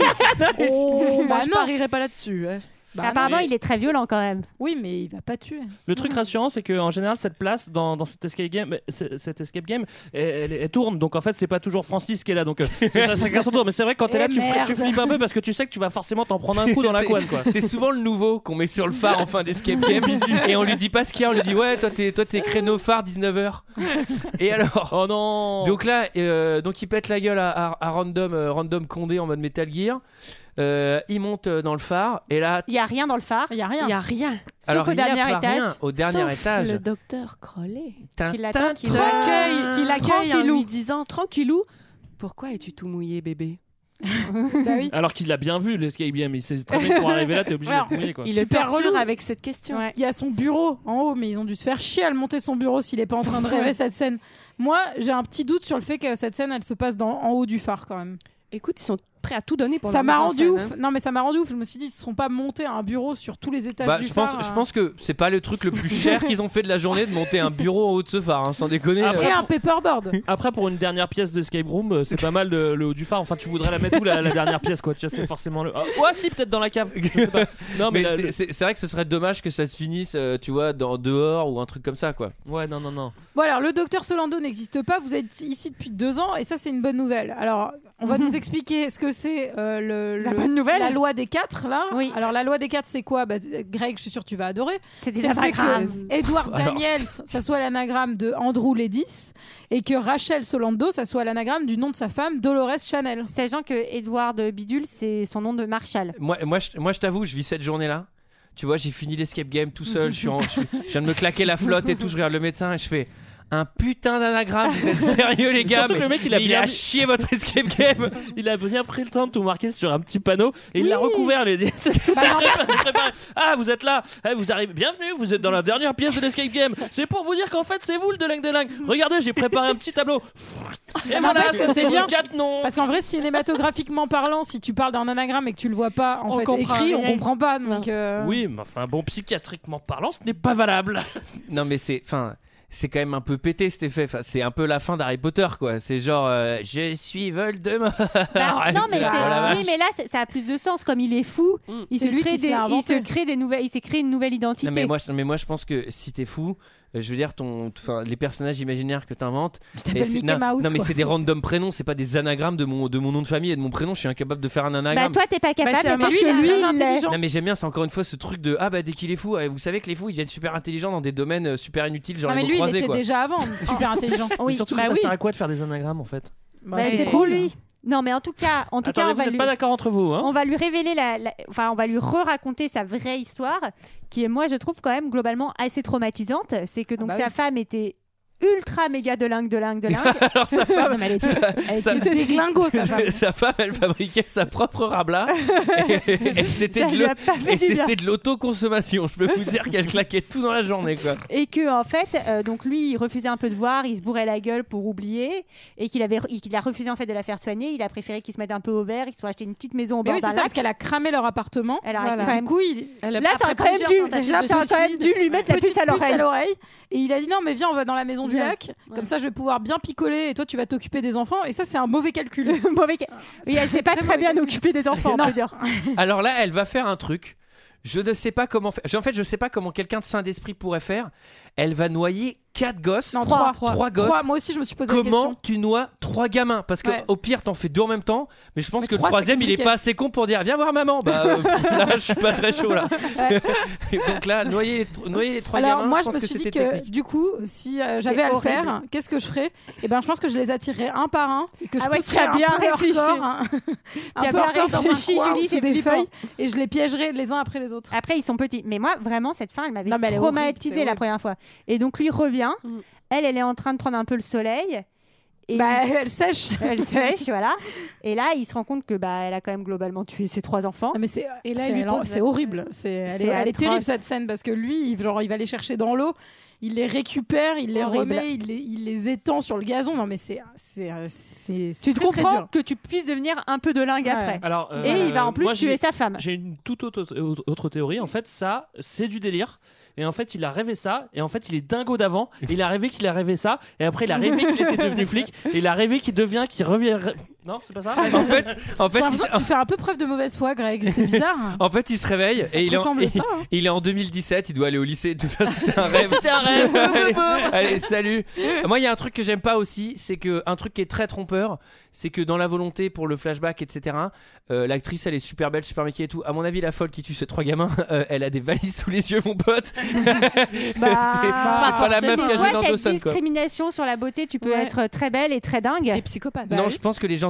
Oh, Moi, bah je non. parierais pas là-dessus. hein. Bah apparemment, mais- il est très violent quand même. Oui, mais il va pas tuer. Le truc rassurant, c'est qu'en général, cette place dans, dans cet escape game, c'est- cette escape game, elle, elle- elle tourne. Donc en fait, c'est pas toujours Francis qui est là. Donc euh, c'est chacun son tour. Mais c'est vrai que quand t'es là, Eh tu, fli- merde. tu flippes un peu parce que tu sais que tu vas forcément t'en prendre un coup dans la C'est- couenne, quoi. C'est souvent le nouveau qu'on met sur le phare en fin d'escape game et on lui dit pas ce qu'il y a, on lui dit ouais, toi t'es, toi t'es créneau phare dix-neuf heures. Et alors Oh non. donc là, euh, donc il pète la gueule à, à- à Random, euh, Random Condé en mode Metal Gear. Euh, il monte euh, dans le phare et là, Il y a rien dans le phare. Il y a rien. Il y a rien. Sauf alors au il y a dernier pas étage. rien au dernier Sauf étage. le docteur Crowley. Tintin, qui l'attend, qui Qui Ouais. l'accueille, qui l'accueille en Tranquillou. lui disant tranquillou. Pourquoi es-tu tout mouillé, bébé? Bah oui. Alors qu'il l'a bien vu l'escape game, il sait très bien pour arriver là, t'es obligé Alors, d'être mouillé quoi. Il est Super super relou relou. avec cette question. Il y a son bureau en haut, mais ils ont dû se faire chier à le monter son bureau s'il est pas en train de rêver cette scène. Moi, j'ai un petit doute sur le fait que cette scène, elle se passe dans, en haut du phare quand même. Écoute, ils sont prêts à tout donner pour Ça leur m'a mise en rendu scène, ouf. hein. Non, mais ça m'a rendu ouf. Je me suis dit, ils se sont pas montés un bureau sur tous les étages Bah, du je pense, phare. je euh. pense que c'est pas le truc le plus cher qu'ils ont fait de la journée de monter un bureau en haut de ce phare, hein, sans déconner. Après, Et un paperboard. Après, pour une dernière pièce de escape room, euh, c'est pas mal de- le haut du phare. Enfin, tu voudrais la mettre où la, la dernière pièce quoi? Tu vois, c'est forcément le. Ah, ouais, si, peut-être dans la cave. Je sais pas. Non, mais, mais la- c'est- le- c'est c'est vrai que ce serait dommage que ça se finisse, euh, tu vois, dans, dehors ou un truc comme ça, quoi. Ouais, non, non, non. Bon, alors, le docteur Solando n'existe pas. Vous êtes ici depuis deux ans et ça, c'est une bonne nouvelle. Alors, on va nous expliquer ce que c'est euh, le, La le- bonne nouvelle. la loi des quatre, là. Oui. Alors, la loi des quatre, c'est quoi? Bah, Greg, je suis sûr que tu vas adorer. C'est des C'est le fait anagrammes. que Edward Alors. Daniels, ça soit l'anagramme de Andrew Ledis et que Rachel Solando, ça soit l'anagramme du nom de sa femme, Dolores Chanel. Sachant que Edward Bidule, c'est son nom de Marshall. Moi, moi, je, moi, je t'avoue, je vis cette journée-là. Tu vois, j'ai fini l'escape game tout seul. Je, suis en- je, suis- je viens de me claquer la flotte et tout. Je regarde le médecin et je fais un putain d'anagramme. Vous êtes sérieux, les gars? Surtout que mais- le mec, il a mais bien a mis- chié votre escape game. Il a bien pris le temps de tout marquer sur un petit panneau et il l'a recouvert. Les... tout est préparé, préparé. Ah, vous êtes là. Ah, vous arrivez. Bienvenue. Vous êtes dans la dernière pièce de l'escape game. C'est pour vous dire qu'en fait, c'est vous le delingue delingue. Regardez, j'ai préparé un petit tableau. Et Mais voilà, n'empêche que ça c'est c'est bien. bien. Quatre noms. Parce qu'en vrai, cinématographiquement parlant, si tu parles d'un anagramme et que tu le vois pas en On fait comprend écrit, on rien. comprend pas. Donc, euh, Oui, mais enfin, bon, psychiatriquement parlant, ce n'est pas valable. Non, mais c'est, enfin, c'est quand même un peu pété cet effet. Enfin, c'est un peu la fin d'Harry Potter, quoi. C'est genre, euh, je suis Voldemort. Bah, non, mais C'est- c'est- oh la oui, vache. mais là, c'est- ça a plus de sens. Comme il est fou, il, C'est se lui crée qui se des, l'a il se inventé. crée des nouvelles, il s'est créé une nouvelle identité. Non mais, moi, je, mais moi je pense que si t'es fou, euh, je veux dire ton, enfin les personnages imaginaires que t'inventes. t'appelles et c'est- Mickey non, Mouse, non mais quoi. c'est des random prénoms, c'est pas des anagrammes de mon de mon nom de famille et de mon prénom. Je suis incapable de faire un Bah, anagramme. toi, t'es pas capable, c'est un mais parce mec que qui est lui, très il l'est. intelligent. Non mais j'aime bien, c'est encore une fois ce truc de ah bah dès qu'il est fou, euh, vous savez que les fous ils deviennent super intelligents dans des domaines euh, super inutiles genre non, mais les mots lui, il croisés était quoi. déjà avant super intelligent. Mais surtout que bah ça oui. sert à quoi de faire des anagrammes en fait? Bah, Bah, c'est cool. pour lui. Non, mais en tout cas, en tout Attendez, cas, on vous va n'êtes lui. pas d'accord entre vous, hein? On va lui révéler la, la- enfin, on va lui re-raconter sa vraie histoire, qui est, moi, je trouve quand même globalement assez traumatisante. C'est que donc bah sa oui. femme était ultra méga de lingue, de lingue, de lingue. Alors sa femme, Non, mais elle était, elle sa- était déglingo, sa femme. sa femme, elle fabriquait sa propre rabla et, et c'était Ça de lui l'au- a pas fait et du bien. c'était de l'autoconsommation. Je peux vous dire qu'elle claquait tout dans la journée quoi. Et que en fait, euh, donc lui, il refusait un peu de voir, il se bourrait la gueule pour oublier, et qu'il avait, qu'il a refusé en fait de la faire soigner. Il a préféré qu'il se mette un peu au vert, qu'il se soit acheté une petite maison au Mais bord oui, c'est d'un ça, lac. parce qu'elle a cramé leur appartement. Elle a Voilà. quand Du même- coup, il... Elle a- Là, ça après aurait quand même plusieurs dû, tentatives déjà, de ça aurait quand même suicide. dû lui mettre la petite puce à l'oreille. l'oreille. Et il a dit non, mais viens, on va dans la maison du Viens. lac. Comme ça, je vais pouvoir bien picoler et toi, tu vas t'occuper des enfants. Et ça, c'est un mauvais calcul. Mauvais ca- Oui, elle s'est pas Très très bien mauvais occupée des enfants, on Non. peut dire. Alors là, elle va faire un truc. Je ne sais pas comment faire. En fait, je sais pas comment quelqu'un de sain d'esprit pourrait faire. Elle va noyer quatre gosses. Non, trois. Trois gosses. Trois. Moi aussi, je me suis posé la Comment question. tu noies trois gamins? Parce que Ouais. au pire, t'en fais deux en même temps. Mais je pense Mais que le trois, c'est troisième, il est compliqué. pas assez con pour dire viens voir maman. Bah euh, là, je suis pas très chaud là. Et donc là, noyer les, tro- noyer les trois Alors gamins. moi, je je pense me que suis dit c'était que technique. du coup, si euh, C'est j'avais à le horrible. faire, qu'est-ce que je ferais? Et ben, je pense que je les attirerais un par un et que je Ah ouais, pousserais tu as un bien peu leur réfléchi. corps, un, un as peu bien leur corps dans un réfléchi, coin, Julie, sous c'est des flippant. feuilles, et je les piégerais les uns après les autres. Après, ils sont petits. Mais moi, vraiment, cette fin, elle m'avait Non, mais elle est horrible, traumatisée c'est la horrible. première fois. Et donc, lui revient. Mm. Elle, elle est en train de prendre un peu le soleil. Et Bah, il- elle sèche. elle sèche, voilà. Et là, il se rend compte que bah, elle a quand même globalement tué ses trois enfants. Ah, mais c'est Et là, c'est il lui alors- pose c'est la- horrible. C'est elle, C'est est, elle est atroce. terrible cette scène parce que lui, il, genre, il va les chercher dans l'eau, il les récupère, il les Horrible. remet, il les, il les étend sur le gazon. Non mais c'est c'est euh, c'est c'est Tu te très, très comprends dur. que tu puisses devenir un peu de lingue Ouais. après. Alors, euh, Et il va en plus moi, tuer j'ai- sa femme. J'ai une toute autre, autre- autre théorie. En fait, ça, c'est du délire. Et en fait, il a rêvé ça. Et en fait, il est dingo d'avant. Et il a rêvé qu'il a rêvé ça. Et après, il a rêvé qu'il était devenu flic. Et il a rêvé qu'il devient, qu'il revient. Non, c'est pas ça. En fait, en fait, J'ai il, l'impression que tu fais un peu preuve de mauvaise foi, Greg. C'est bizarre. en fait, il se réveille et te il est, en, ressemble et- pas, hein. il est en deux mille dix-sept. Il doit aller au lycée. Tout ça, c'était un rêve. C'était un rêve. allez, allez, salut. Moi, il y a un truc que j'aime pas aussi, c'est que un truc qui est très trompeur, c'est que dans la volonté pour le flashback, et cetera. euh, l'actrice, elle est super belle, super maquillée et tout. À mon avis, la folle qui tue ces trois gamins, euh, elle a des valises sous les yeux, mon pote. c'est Bah, c'est pas la meuf qui a joué ouais, dans cette Dawson, quoi. discrimination sur la beauté, tu peux Ouais. être très belle et très dingue. Et psychopathe. Bah non, oui. je pense que les gens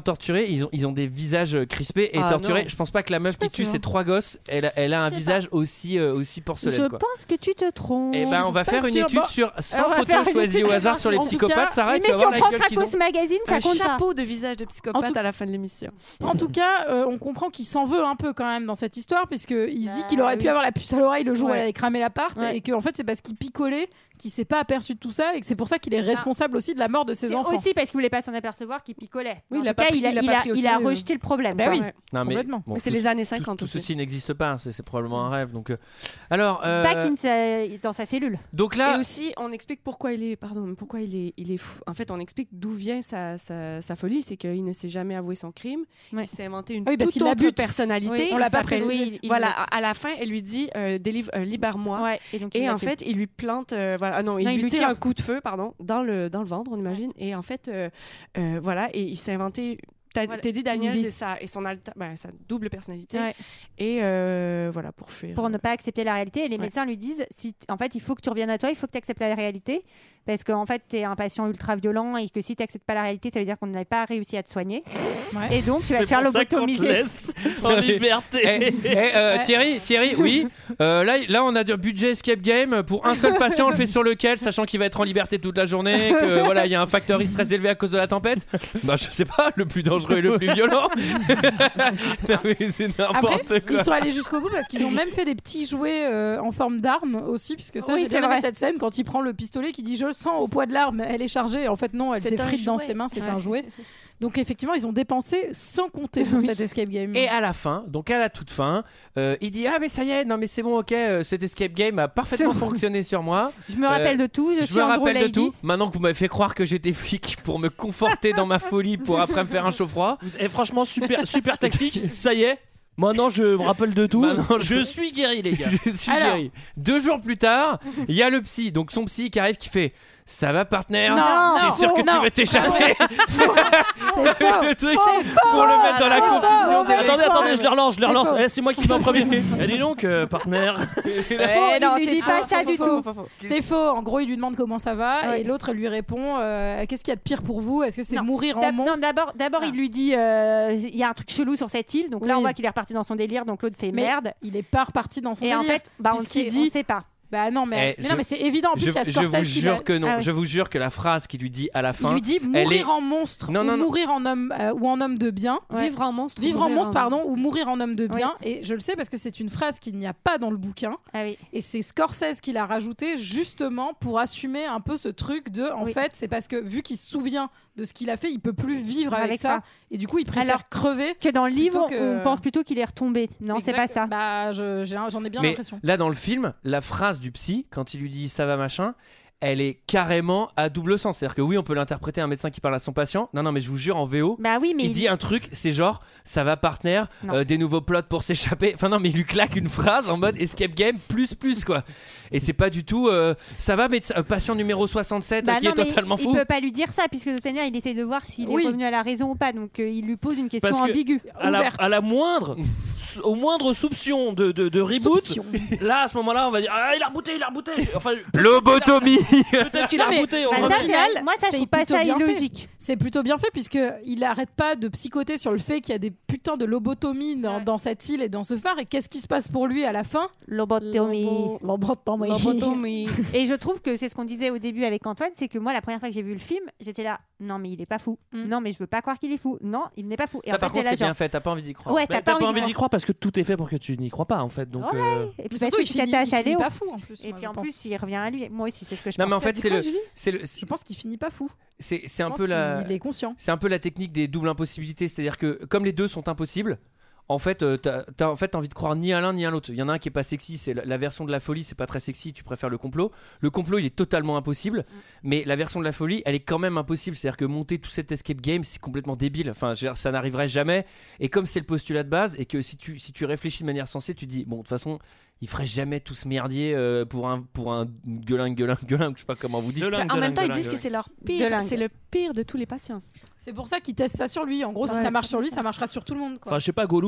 torturés, ils ont, ils ont des visages crispés et Ah, torturés. non. Je pense pas que la meuf qui tue sûr. ses trois gosses, elle, a- elle a un Je sais visage aussi, euh, aussi porcelaine. Je quoi. pense que tu te trompes. Et ben, on va Pas faire une sûr. étude Bon, sur cent on va photos faire une choisies étude. au hasard sur les En tout psychopathes. cas, Sarah, Oui, tu mais vas si voir on la prend gueule qu'ils ont. Cracos Magazine, ça Un compte pas. chapeau de visage de psychopathe En tout- à la fin de l'émission. En tout cas, euh, on comprend qu'il s'en veut un peu quand même dans cette histoire, puisqu'il se dit Bah qu'il aurait pu oui. avoir la puce à l'oreille le jour où Ouais. elle avait cramé l'appart, Ouais. et qu'en fait c'est parce qu'il picolait qu'il s'est pas aperçu de tout ça, et que c'est pour ça qu'il est responsable aussi de la mort de ses C'est enfants. aussi parce qu'il voulait pas s'en apercevoir qu'il picolait. Oui, en il a tout pas cas, pris- il a, il a il pas a- pris au il a sérieux. rejeté le problème. Bah quoi. oui. Ouais. Non, mais, Complètement. bon, Mais c'est tout- les années tout- cinquante Tout, aussi. ceci n'existe pas, hein, c'est c'est probablement un rêve. Donc, euh, alors, euh, Back in sa- dans sa cellule. donc Et là, aussi, on explique pourquoi il est, pardon, pourquoi il est, il est fou. En fait, on explique d'où vient sa, sa, sa folie, c'est qu'il ne s'est jamais avoué son crime. Ouais. Il s'est inventé une Ah oui, parce toute qu'il la autre bute. personnalité. Oui, on l'a Il pas s'appelle- précisé. Oui, il- Voilà, il- à, à la fin, elle lui dit euh, délivre, euh, libère-moi. Ouais, et donc il Et l'a en tué. fait, il lui plante, euh, voilà, ah non, il Non, lui il lui tire tire. un coup de feu, pardon, dans le dans le ventre, on imagine. Et en fait, euh, euh, voilà, et il s'est inventé. T'as- Voilà. Teddy Daniels Oui. et sa et son alta, ben, sa double personnalité. Ouais. Et euh, voilà pour fuir. Pour ne pas accepter la réalité. Et les Ouais. médecins lui disent si t- en fait, il faut que tu reviennes à toi, il faut que tu acceptes la réalité. Parce qu'en fait, tu es un patient ultra violent et que si tu n'acceptes pas la réalité, ça veut dire qu'on n'a pas réussi à te soigner. Ouais. Et donc, tu vas C'est te faire pour ça qu'on te lobotomiser. laisse en liberté. Eh, eh, euh, Ouais. Thierry, Thierry, oui. Euh, là, là, on a du budget escape game pour un seul patient. On le fait sur lequel, sachant qu'il va être en liberté toute la journée, que voilà, il y a un facteur risque très élevé à cause de la tempête. Bah, je sais pas, le plus dangereux et le plus violent. Non, mais c'est n'importe Après, quoi. ils sont allés jusqu'au bout parce qu'ils ont même fait des petits jouets euh, en forme d'arme aussi, puisque ça, Oui, j'ai c'est bien aimé vrai. cette scène quand il prend le pistolet qui dit je le sens au poids de l'arme, elle est chargée, et en fait non, elle C'est un s'effrite dans jouet. ses mains, c'est Ouais. un jouet. Donc effectivement, ils ont dépensé sans compter pour cet escape game. Et à la fin, donc à la toute fin, euh, il dit ah mais ça y est, non mais c'est bon, ok, euh, cet escape game a parfaitement C'est bon. fonctionné sur moi. Je me rappelle Euh, de tout, je, Je suis me Andrew rappelle de tout. Ladies. Maintenant que vous m'avez fait croire que j'étais flic pour me conforter dans ma folie pour après me faire un chaud froid. Et franchement, super, super tactique. Ça y est. Maintenant, je me rappelle de tout. Maintenant, je... je- suis guéri, les gars. Je suis Alors. guéri. Deux jours plus tard, il y a le psy, donc son psy qui arrive qui fait ça va partenaire. Non, T'es non, sûr que non, tu veux c'est pas t'échapper? C'est faux. Le truc pour le mettre dans la faux, confusion faux, des Attendez, attendez, je le relance, je le C'est relance. faux. Eh, c'est moi qui vais en premier. Eh, dis donc, euh, partenaire. Eh non, non, il c'est lui dit faux, pas faux, ça faux, du faux, tout. faux, faux. C'est faux. En gros, il lui demande comment ça va, Ouais. et l'autre lui répond euh, qu'est-ce qu'il y a de pire pour vous? Est-ce que c'est Non. mourir en D'ab- monstre? Non, d'abord, d'abord Ah. il lui dit euh, il y a un truc chelou sur cette île. Donc là, Oui. on voit qu'il est reparti dans son délire. Donc l'autre fait Mais merde. il est pas reparti dans son Et en délire. fait, bah, on puisqu'il sait, dit- on sait pas. Bah non, mais, Eh, mais je- non, mais c'est évident. En plus, Je, il y a je Scorsese vous qui jure l'a- que non. Ah oui. Je vous jure que la phrase qu'il lui dit à la fin, Il lui dit elle mourir est- en monstre Non, ou non, non. mourir en homme euh, ou en homme de bien. Ouais. Vivre en monstre. Vivre ou en mourir monstre, pardon, ou mourir en homme de bien. Oui. Et je le sais parce que c'est une phrase qu'il n'y a pas dans le bouquin. Ah oui. Et c'est Scorsese qui l'a rajouté justement pour assumer un peu ce truc de, en Oui. fait, c'est parce que vu qu'il se souvient de ce qu'il a fait, il peut plus vivre avec, Avec ça. ça. Et du coup, il préfère Alors crever. Que dans le livre, Plutôt que- on pense plutôt qu'il est retombé. Non, c'est pas Exact. ça. Bah, je- j'ai un- j'en ai bien mais l'impression. là dans le film, la phrase du psy quand il lui dit ça va machin, elle est carrément à double sens. C'est-à-dire que oui, on peut l'interpréter un médecin qui parle à son patient. Non, non, mais je vous jure, en V O, Bah oui, mais il dit un truc, c'est genre ça va partenaire, Non. euh, des nouveaux plots pour s'échapper. Enfin non, mais il lui claque une phrase en mode escape game plus plus quoi. Et c'est pas du tout euh, ça va médecin- euh, patient numéro soixante-sept Bah qui non, est mais totalement il, fou. il peut pas lui dire ça puisque de toute manière, il essaie de voir s'il Oui. est revenu à la raison ou pas. Donc euh, il lui pose une question Parce que ambiguë. à la, Ouverte. à la moindre, au moindre soupçon de, de, de reboot, Soupçon. là à ce moment-là, on va dire ah il a rebooté, il a rebooté. Enfin, Lobotomie. peut-être qu'il a Non, mais- rebooté. on Bah va ça, dire. final, c'est- moi, ça, je c'est trouve pas plutôt ça bien fait. illogique. C'est plutôt bien fait puisque il arrête pas de psychoter sur le fait qu'il y a des putains de lobotomies dans, Ouais. dans cette île et dans ce phare. Et qu'est-ce qui se passe pour lui à la fin? Lobotomie. Lobotomie. Lobotomie. Et je trouve que c'est ce qu'on disait au début avec Antoine, c'est que moi, la première fois que j'ai vu le film, j'étais là, non mais il est pas fou. Mm. Non mais je veux pas croire qu'il est fou. Non, il n'est pas fou. Et Ça en par fait, contre t'es là, c'est bien genre, fait, t'as pas envie d'y croire. Ouais, Bah, t'as pas envie d'y d'y croire parce que tout est fait pour que tu n'y crois pas en fait. Donc, Ouais. euh, Et puis Surtout, parce que il tu finit- t'attaches à il finit Léo. pas fou en plus. Et moi, puis je en pense. plus, il revient à lui. Moi aussi, c'est ce que je Non pense. mais en fait c'est le crois, Julie c'est le Je pense qu'il finit pas fou. c'est c'est Je un pense peu la qu'il est conscient. c'est un peu la technique des doubles impossibilités, c'est-à-dire que comme les deux sont impossibles, en fait, euh, t'as, t'as en fait envie de croire ni à l'un ni à l'autre. Il y en a un qui est pas sexy, c'est la, la version de la folie, c'est pas très sexy, tu préfères le complot. Le complot, il est totalement impossible, mais la version de la folie, elle est quand même impossible. C'est-à-dire que monter tout cet escape game, c'est complètement débile. Enfin, je veux dire, ça n'arriverait jamais. Et comme c'est le postulat de base, et que si tu, si tu réfléchis de manière sensée, tu dis, bon, de toute façon, il ferait jamais tout ce merdier euh, pour un, pour un gueuling, gueuling, gueuling, je sais pas comment vous dites. Gueuling, En même temps, ils gueuling, disent que gueuling. c'est leur De pire, lingue. c'est le pire de tous les patients. C'est pour ça qu'il teste ça sur lui. En gros, si Ouais. ça marche sur lui, ça marchera sur tout le monde. Quoi. Enfin, je sais pas, Gollum,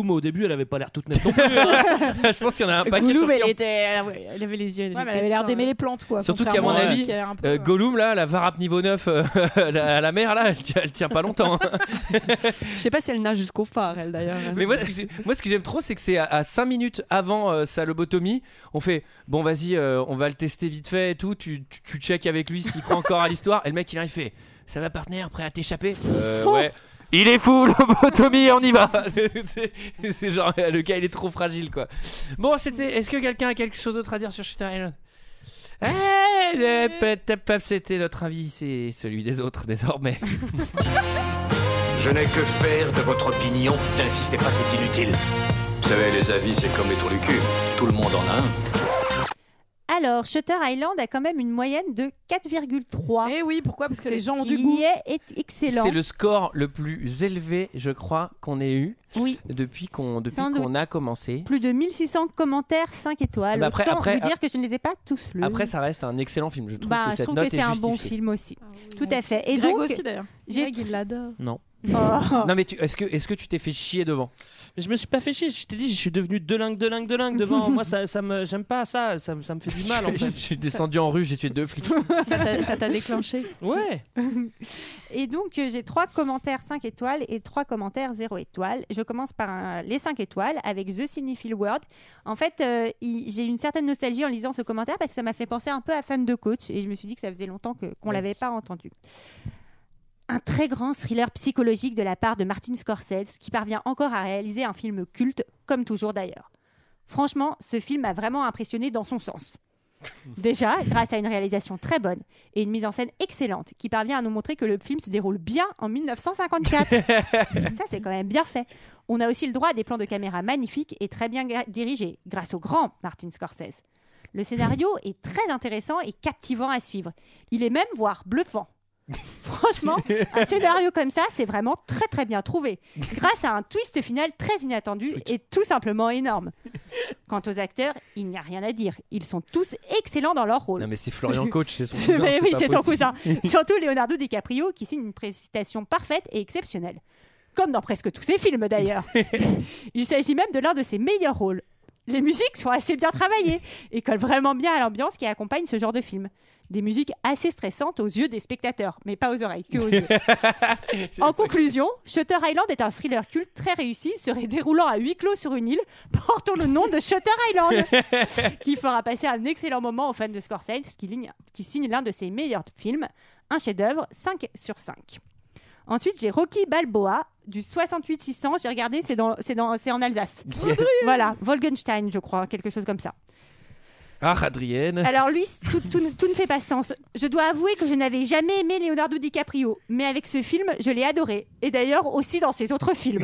Gollum au début, elle avait pas l'air toute nette non plus. Hein. Je pense qu'il y en a un paquet. Gollum, sur elle, était, elle, avait, elle avait les yeux. Ouais, mais elle avait l'air d'aimer les plantes, quoi. Surtout qu'à mon avis, peu, euh, Gollum, là, la varap niveau neuf euh, à la mer, là, elle, elle tient pas longtemps. Hein. Je sais pas si elle nage jusqu'au phare, elle d'ailleurs. Mais moi, ce que, moi, ce que j'aime trop, c'est que c'est à, à cinq minutes avant euh, sa lobotomie, on fait bon, vas-y, euh, on va le tester vite fait et tout. Tu, tu, tu check avec lui s'il croit encore à l'histoire. Et le mec, il arrive, il fait ça va, partenaire, prêt à t'échapper euh, Ouais. Il est fou, lobotomie, on y va. c'est, c'est genre, le gars, il est trop fragile, quoi. Bon, c'était. Est-ce que quelqu'un a quelque chose d'autre à dire sur Shutter Island? Eh, c'était notre avis, c'est celui des autres désormais. Je n'ai que faire de votre opinion. N'insistez pas, c'est inutile. Vous savez, les avis, c'est comme les trous du cul. Tout le monde en a un. Alors, Shutter Island a quand même une moyenne de quatre virgule trois. Eh oui, pourquoi? Parce que Ce les gens ont qui du goût. est, est excellent. C'est le score le plus élevé, je crois, qu'on ait eu oui. depuis qu'on, depuis Sans qu'on doute. a commencé. Plus de mille six cents commentaires, cinq étoiles. Bah après, Autant après, vous dire que je ne les ai pas tous lus. Après, ça reste un excellent film. Je trouve bah, que je cette trouve note que c'est est un justifiée. bon film aussi. Ah, oui, Tout à fait. Et Greg donc, aussi d'ailleurs. J'ai Greg, il l'adore. Non. Oh. Non mais tu, est-ce que est-ce que tu t'es fait chier devant? Mais je me suis pas fait chier, je t'ai dit, je suis devenu delingue, delingue, delingue devant. Moi, ça, ça me, j'aime pas ça, ça, ça me fait du mal en fait. Je suis descendu en rue, j'ai tué deux flics. ça, t'a, ça t'a déclenché? Ouais. Et donc, euh, j'ai trois commentaires cinq étoiles et trois commentaires zéro étoile. Je commence par un, les cinq étoiles avec The Cinephile World. En fait, euh, il, j'ai une certaine nostalgie en lisant ce commentaire parce que ça m'a fait penser un peu à Fan de Coach et je me suis dit que ça faisait longtemps que, qu'on l'avait pas entendu. Un très grand thriller psychologique de la part de Martin Scorsese qui parvient encore à réaliser un film culte, comme toujours d'ailleurs. Franchement, ce film m'a vraiment impressionné dans son sens. Déjà, grâce à une réalisation très bonne et une mise en scène excellente qui parvient à nous montrer que le film se déroule bien en dix-neuf cent cinquante-quatre. Ça, c'est quand même bien fait. On a aussi le droit à des plans de caméra magnifiques et très bien gra- dirigés, grâce au grand Martin Scorsese. Le scénario est très intéressant et captivant à suivre. Il est même, voire bluffant. Franchement, un scénario comme ça, c'est vraiment très très bien trouvé, grâce à un twist final très inattendu et tout simplement énorme. Quant aux acteurs, il n'y a rien à dire. Ils sont tous excellents dans leur rôle. Non mais c'est Florian Coach, c'est son cousin. Mais c'est oui, pas c'est son possible. cousin. Surtout Leonardo DiCaprio qui signe une prestation parfaite et exceptionnelle. Comme dans presque tous ses films d'ailleurs. Il s'agit même de l'un de ses meilleurs rôles. Les musiques sont assez bien travaillées et collent vraiment bien à l'ambiance qui accompagne ce genre de film. Des musiques assez stressantes aux yeux des spectateurs, mais pas aux oreilles, que aux yeux. En conclusion, Shutter Island est un thriller culte très réussi, serait déroulant à huis clos sur une île, portant le nom de Shutter Island, qui fera passer un excellent moment aux fans de Scorsese, qui, ligne, qui signe l'un de ses meilleurs films, un chef-d'œuvre, cinq sur cinq. Ensuite, j'ai Rocky Balboa, du soixante-huit six cents, j'ai regardé, c'est, dans, c'est, dans, c'est en Alsace. Yes. Voilà, Wolkenstein, je crois, quelque chose comme ça. Ah, Adrienne. Alors lui, tout, tout, tout ne fait pas sens. Je dois avouer que je n'avais jamais aimé Leonardo DiCaprio, mais avec ce film, je l'ai adoré. Et d'ailleurs aussi dans ses autres films.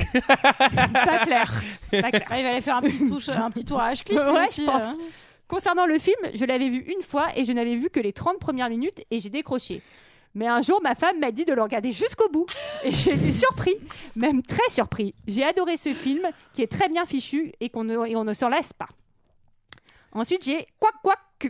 Pas clair. Pas clair. Ah, il va aller faire un petit, touche, un petit tour à Ashcliffe. Ouais, aussi, je pense. hein. Concernant le film, je l'avais vu une fois et je n'avais vu que les trente premières minutes et j'ai décroché. Mais un jour, ma femme m'a dit de le regarder jusqu'au bout. Et j'ai été surpris, même très surpris. J'ai adoré ce film qui est très bien fichu et qu'on ne, et on ne s'en lasse pas. Ensuite, j'ai Quack Quack Cul.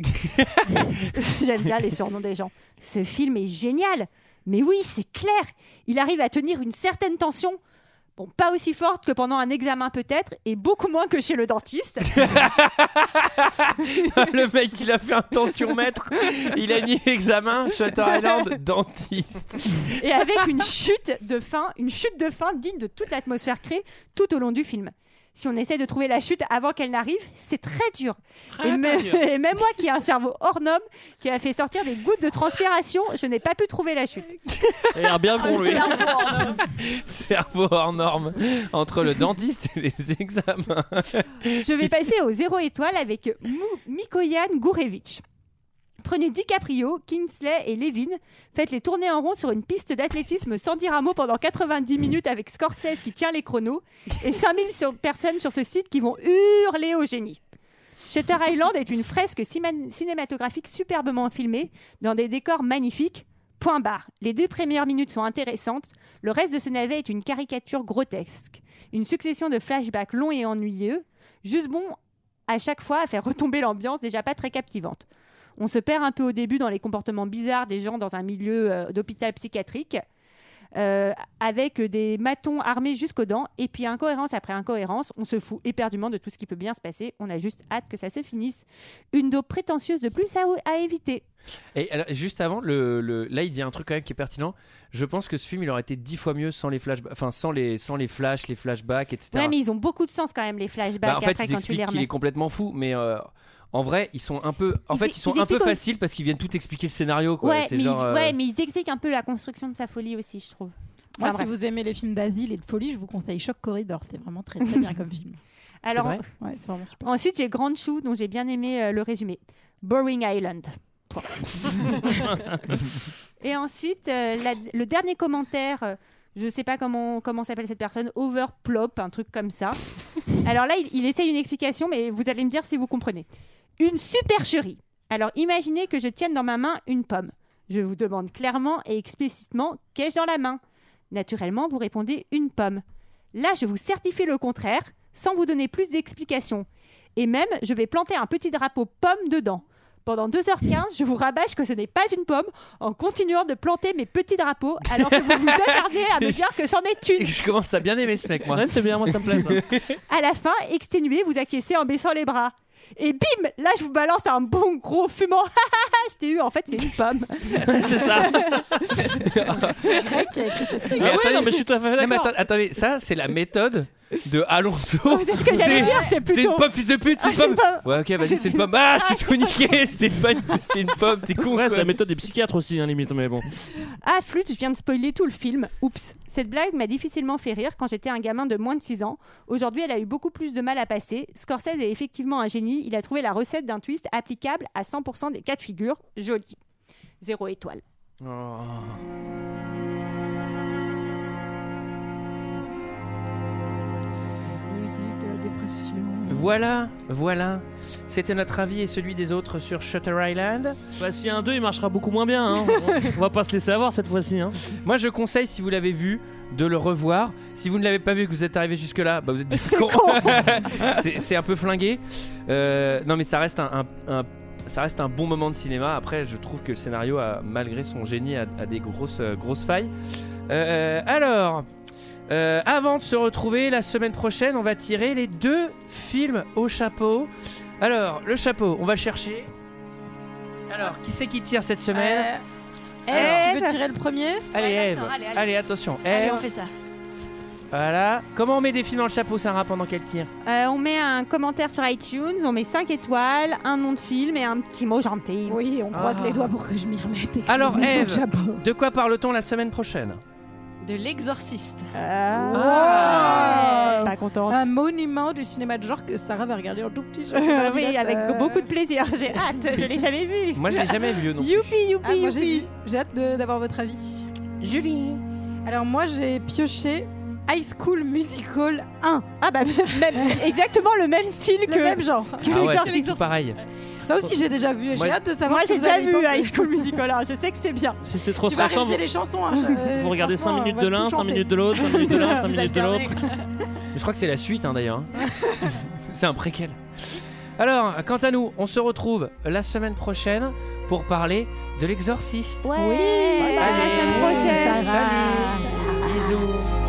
J'aime bien les surnoms des gens. Ce film est génial. Mais oui, c'est clair. Il arrive à tenir une certaine tension. Bon, pas aussi forte que pendant un examen peut-être, et beaucoup moins que chez le dentiste. Le mec, il a fait un tensiomètre. Il a mis examen, Shutter Island, dentiste. Et avec une chute de fin, une chute de fin digne de toute l'atmosphère créée tout au long du film. Si on essaie de trouver la chute avant qu'elle n'arrive, c'est très dur. Très et, me- dur. et même moi qui ai un cerveau hors norme, qui a fait sortir des gouttes de transpiration, je n'ai pas pu trouver la chute. Il a l'air bien con lui. Cerveau hors norme. Entre le dentiste et les examens. Je vais passer au zéro étoile avec Mou- Mikoyan Gurevich. Prenez DiCaprio, Kingsley et Levin, faites les tourner en rond sur une piste d'athlétisme sans dire un mot pendant quatre-vingt-dix minutes avec Scorsese qui tient les chronos et cinq mille sur- personnes sur ce site qui vont hurler au génie. Shutter Island est une fresque cima- cinématographique superbement filmée dans des décors magnifiques. Point barre. Les deux premières minutes sont intéressantes. Le reste de ce navet est une caricature grotesque. Une succession de flashbacks longs et ennuyeux, juste bon à chaque fois à faire retomber l'ambiance déjà pas très captivante. On se perd un peu au début dans les comportements bizarres des gens dans un milieu euh, d'hôpital psychiatrique. euh, avec des matons armés jusqu'aux dents. Et puis, incohérence après incohérence, on se fout éperdument de tout ce qui peut bien se passer. On a juste hâte que ça se finisse. Une dope prétentieuse de plus à, à éviter. Et alors, juste avant, le, le, là, il dit un truc quand même qui est pertinent. Je pense que ce film, il aurait été dix fois mieux sans les flash, enfin sans les, sans les flashs, les flashbacks, et cetera. Ouais, mais ils ont beaucoup de sens quand même les flashbacks. Bah, en fait, après, ils quand tu les expliquent qu'il remets. est complètement fou, mais euh, en vrai, ils sont un peu, en Ils fait, ex- ils sont ils un peu expliquent faciles parce qu'ils viennent tout expliquer le scénario, quoi. Ouais, C'est mais, genre, ils, euh, ouais, mais ils expliquent un peu la construction de sa folie aussi, je trouve. Moi, Enfin, si bref. vous aimez les films d'asile et de folie, je vous conseille Shock Corridor. C'est vraiment très très bien comme film. Alors, c'est vrai ouais, c'est vraiment super. Ensuite, j'ai Grande Chou, dont j'ai bien aimé euh, le résumé. Boring Island. Point. Et ensuite, euh, la- le dernier commentaire, euh, je sais pas comment, comment s'appelle cette personne, Overplop, un truc comme ça. Alors là, il, il essaye une explication, mais vous allez me dire si vous comprenez. Une supercherie. Alors imaginez que je tienne dans ma main une pomme. Je vous demande clairement et explicitement qu'ai-je dans la main. Naturellement, vous répondez une pomme. Là, je vous certifie le contraire, sans vous donner plus d'explications. Et même, je vais planter un petit drapeau pomme dedans. Pendant deux heures quinze, je vous rabâche que ce n'est pas une pomme en continuant de planter mes petits drapeaux alors que vous vous acharnez à me dire que c'en est une. Je commence à bien aimer ce mec, moi. Ouais, c'est bien, moi ça me plaît ça. À la fin, exténué, vous acquiescez en baissant les bras. Et bim, là je vous balance un bon gros fumant. Je t'ai eu, en fait c'est une pomme. C'est ça. C'est Greg qui a écrit cette Mais phrase. Ah ouais, attendez, non, mais je suis tout à fait non, mais d'accord. attends- attendez, ça c'est la méthode de Alonso. C'est ce que j'allais dire, c'est plutôt- C'est une pomme, fils de pute, c'est Ah, une c'est pomme. une pomme. Ouais, ok, vas-y, c'est une pomme. Ah, je t'ai tout niqué. C'était une pomme, c'était une pomme, t'es con. Ouais, quoi. c'est la méthode des psychiatres aussi, hein, limite, mais bon. Ah, flûte, je viens de spoiler tout le film. Oups. Cette blague m'a difficilement fait rire quand j'étais un gamin de moins de six ans. Aujourd'hui, elle a eu beaucoup plus de mal à passer. Scorsese est effectivement un génie. Il a trouvé la recette d'un twist applicable à cent pour cent des cas de figure. Joli. Zéro étoile. Oh. Musique de la dépression. Voilà, voilà. C'était notre avis et celui des autres sur Shutter Island. Bah, si un deux, il marchera beaucoup moins bien. Hein. On va pas se laisser avoir cette fois-ci. Hein. Moi, je conseille, si vous l'avez vu, de le revoir. Si vous ne l'avez pas vu et que vous êtes arrivé jusque-là, bah, vous êtes des C'est cons. con. c'est, c'est un peu flingué. Euh, non, mais ça reste un, un, un- ça reste un bon moment de cinéma. Après, je trouve que le scénario, a, malgré son génie, a, a des grosses, euh, grosses failles. Euh, alors... Euh, avant de se retrouver la semaine prochaine, on va tirer les deux films au chapeau. Alors, le chapeau, on va chercher. Alors, qui c'est qui tire cette semaine Euh, Ève, tu veux tirer le premier? Allez, ouais, Ève. d'accord, Allez, allez, allez. attention. Allez, Ève. on fait ça. Voilà. Comment on met des films dans le chapeau, Sarah, pendant qu'elle tire? Euh, on met un commentaire sur iTunes, on met cinq étoiles, un nom de film et un petit mot gentil. Oui, on croise Ah. les doigts pour que je m'y remette. Et que Alors, je me mette dans le Ève, chapeau. de quoi parle-t-on la semaine prochaine? De l'exorciste. Ah, pas contente. Un monument du cinéma de genre que Sarah va regarder en tout petit. je- Euh, oui, Juliette, avec euh, beaucoup de plaisir. J'ai hâte, je l'ai jamais vu. Moi, je l'ai jamais vu, non. Youpi, youpi, Ah, moi, j'ai youpi. vu. J'ai hâte de- d'avoir votre avis. Julie. Alors moi j'ai pioché High School Musical un. Ah bah même, exactement le même style Le que même genre. que Ah ouais, l'exorciste. c'est tout pareil. Ça aussi j'ai déjà vu et Moi- j'ai hâte de savoir Moi si j'ai vous déjà allez vu pas- High School Musical, hein, je sais que c'est bien. Si c'est trop Tu vas stressant, réviser vous, les chansons. Hein, je- vous regardez cinq franchement, minutes on de va l'un, tout cinq chanter. minutes de l'autre, cinq minutes de l'un, cinq Vous minutes de alternez. l'autre. Je crois que c'est la suite, hein, d'ailleurs. C'est un préquel. Alors, quant à nous, on se retrouve la semaine prochaine pour parler de l'exorciste. Ouais, Oui, à la Allez, semaine prochaine. Sarah. Salut. Bisous.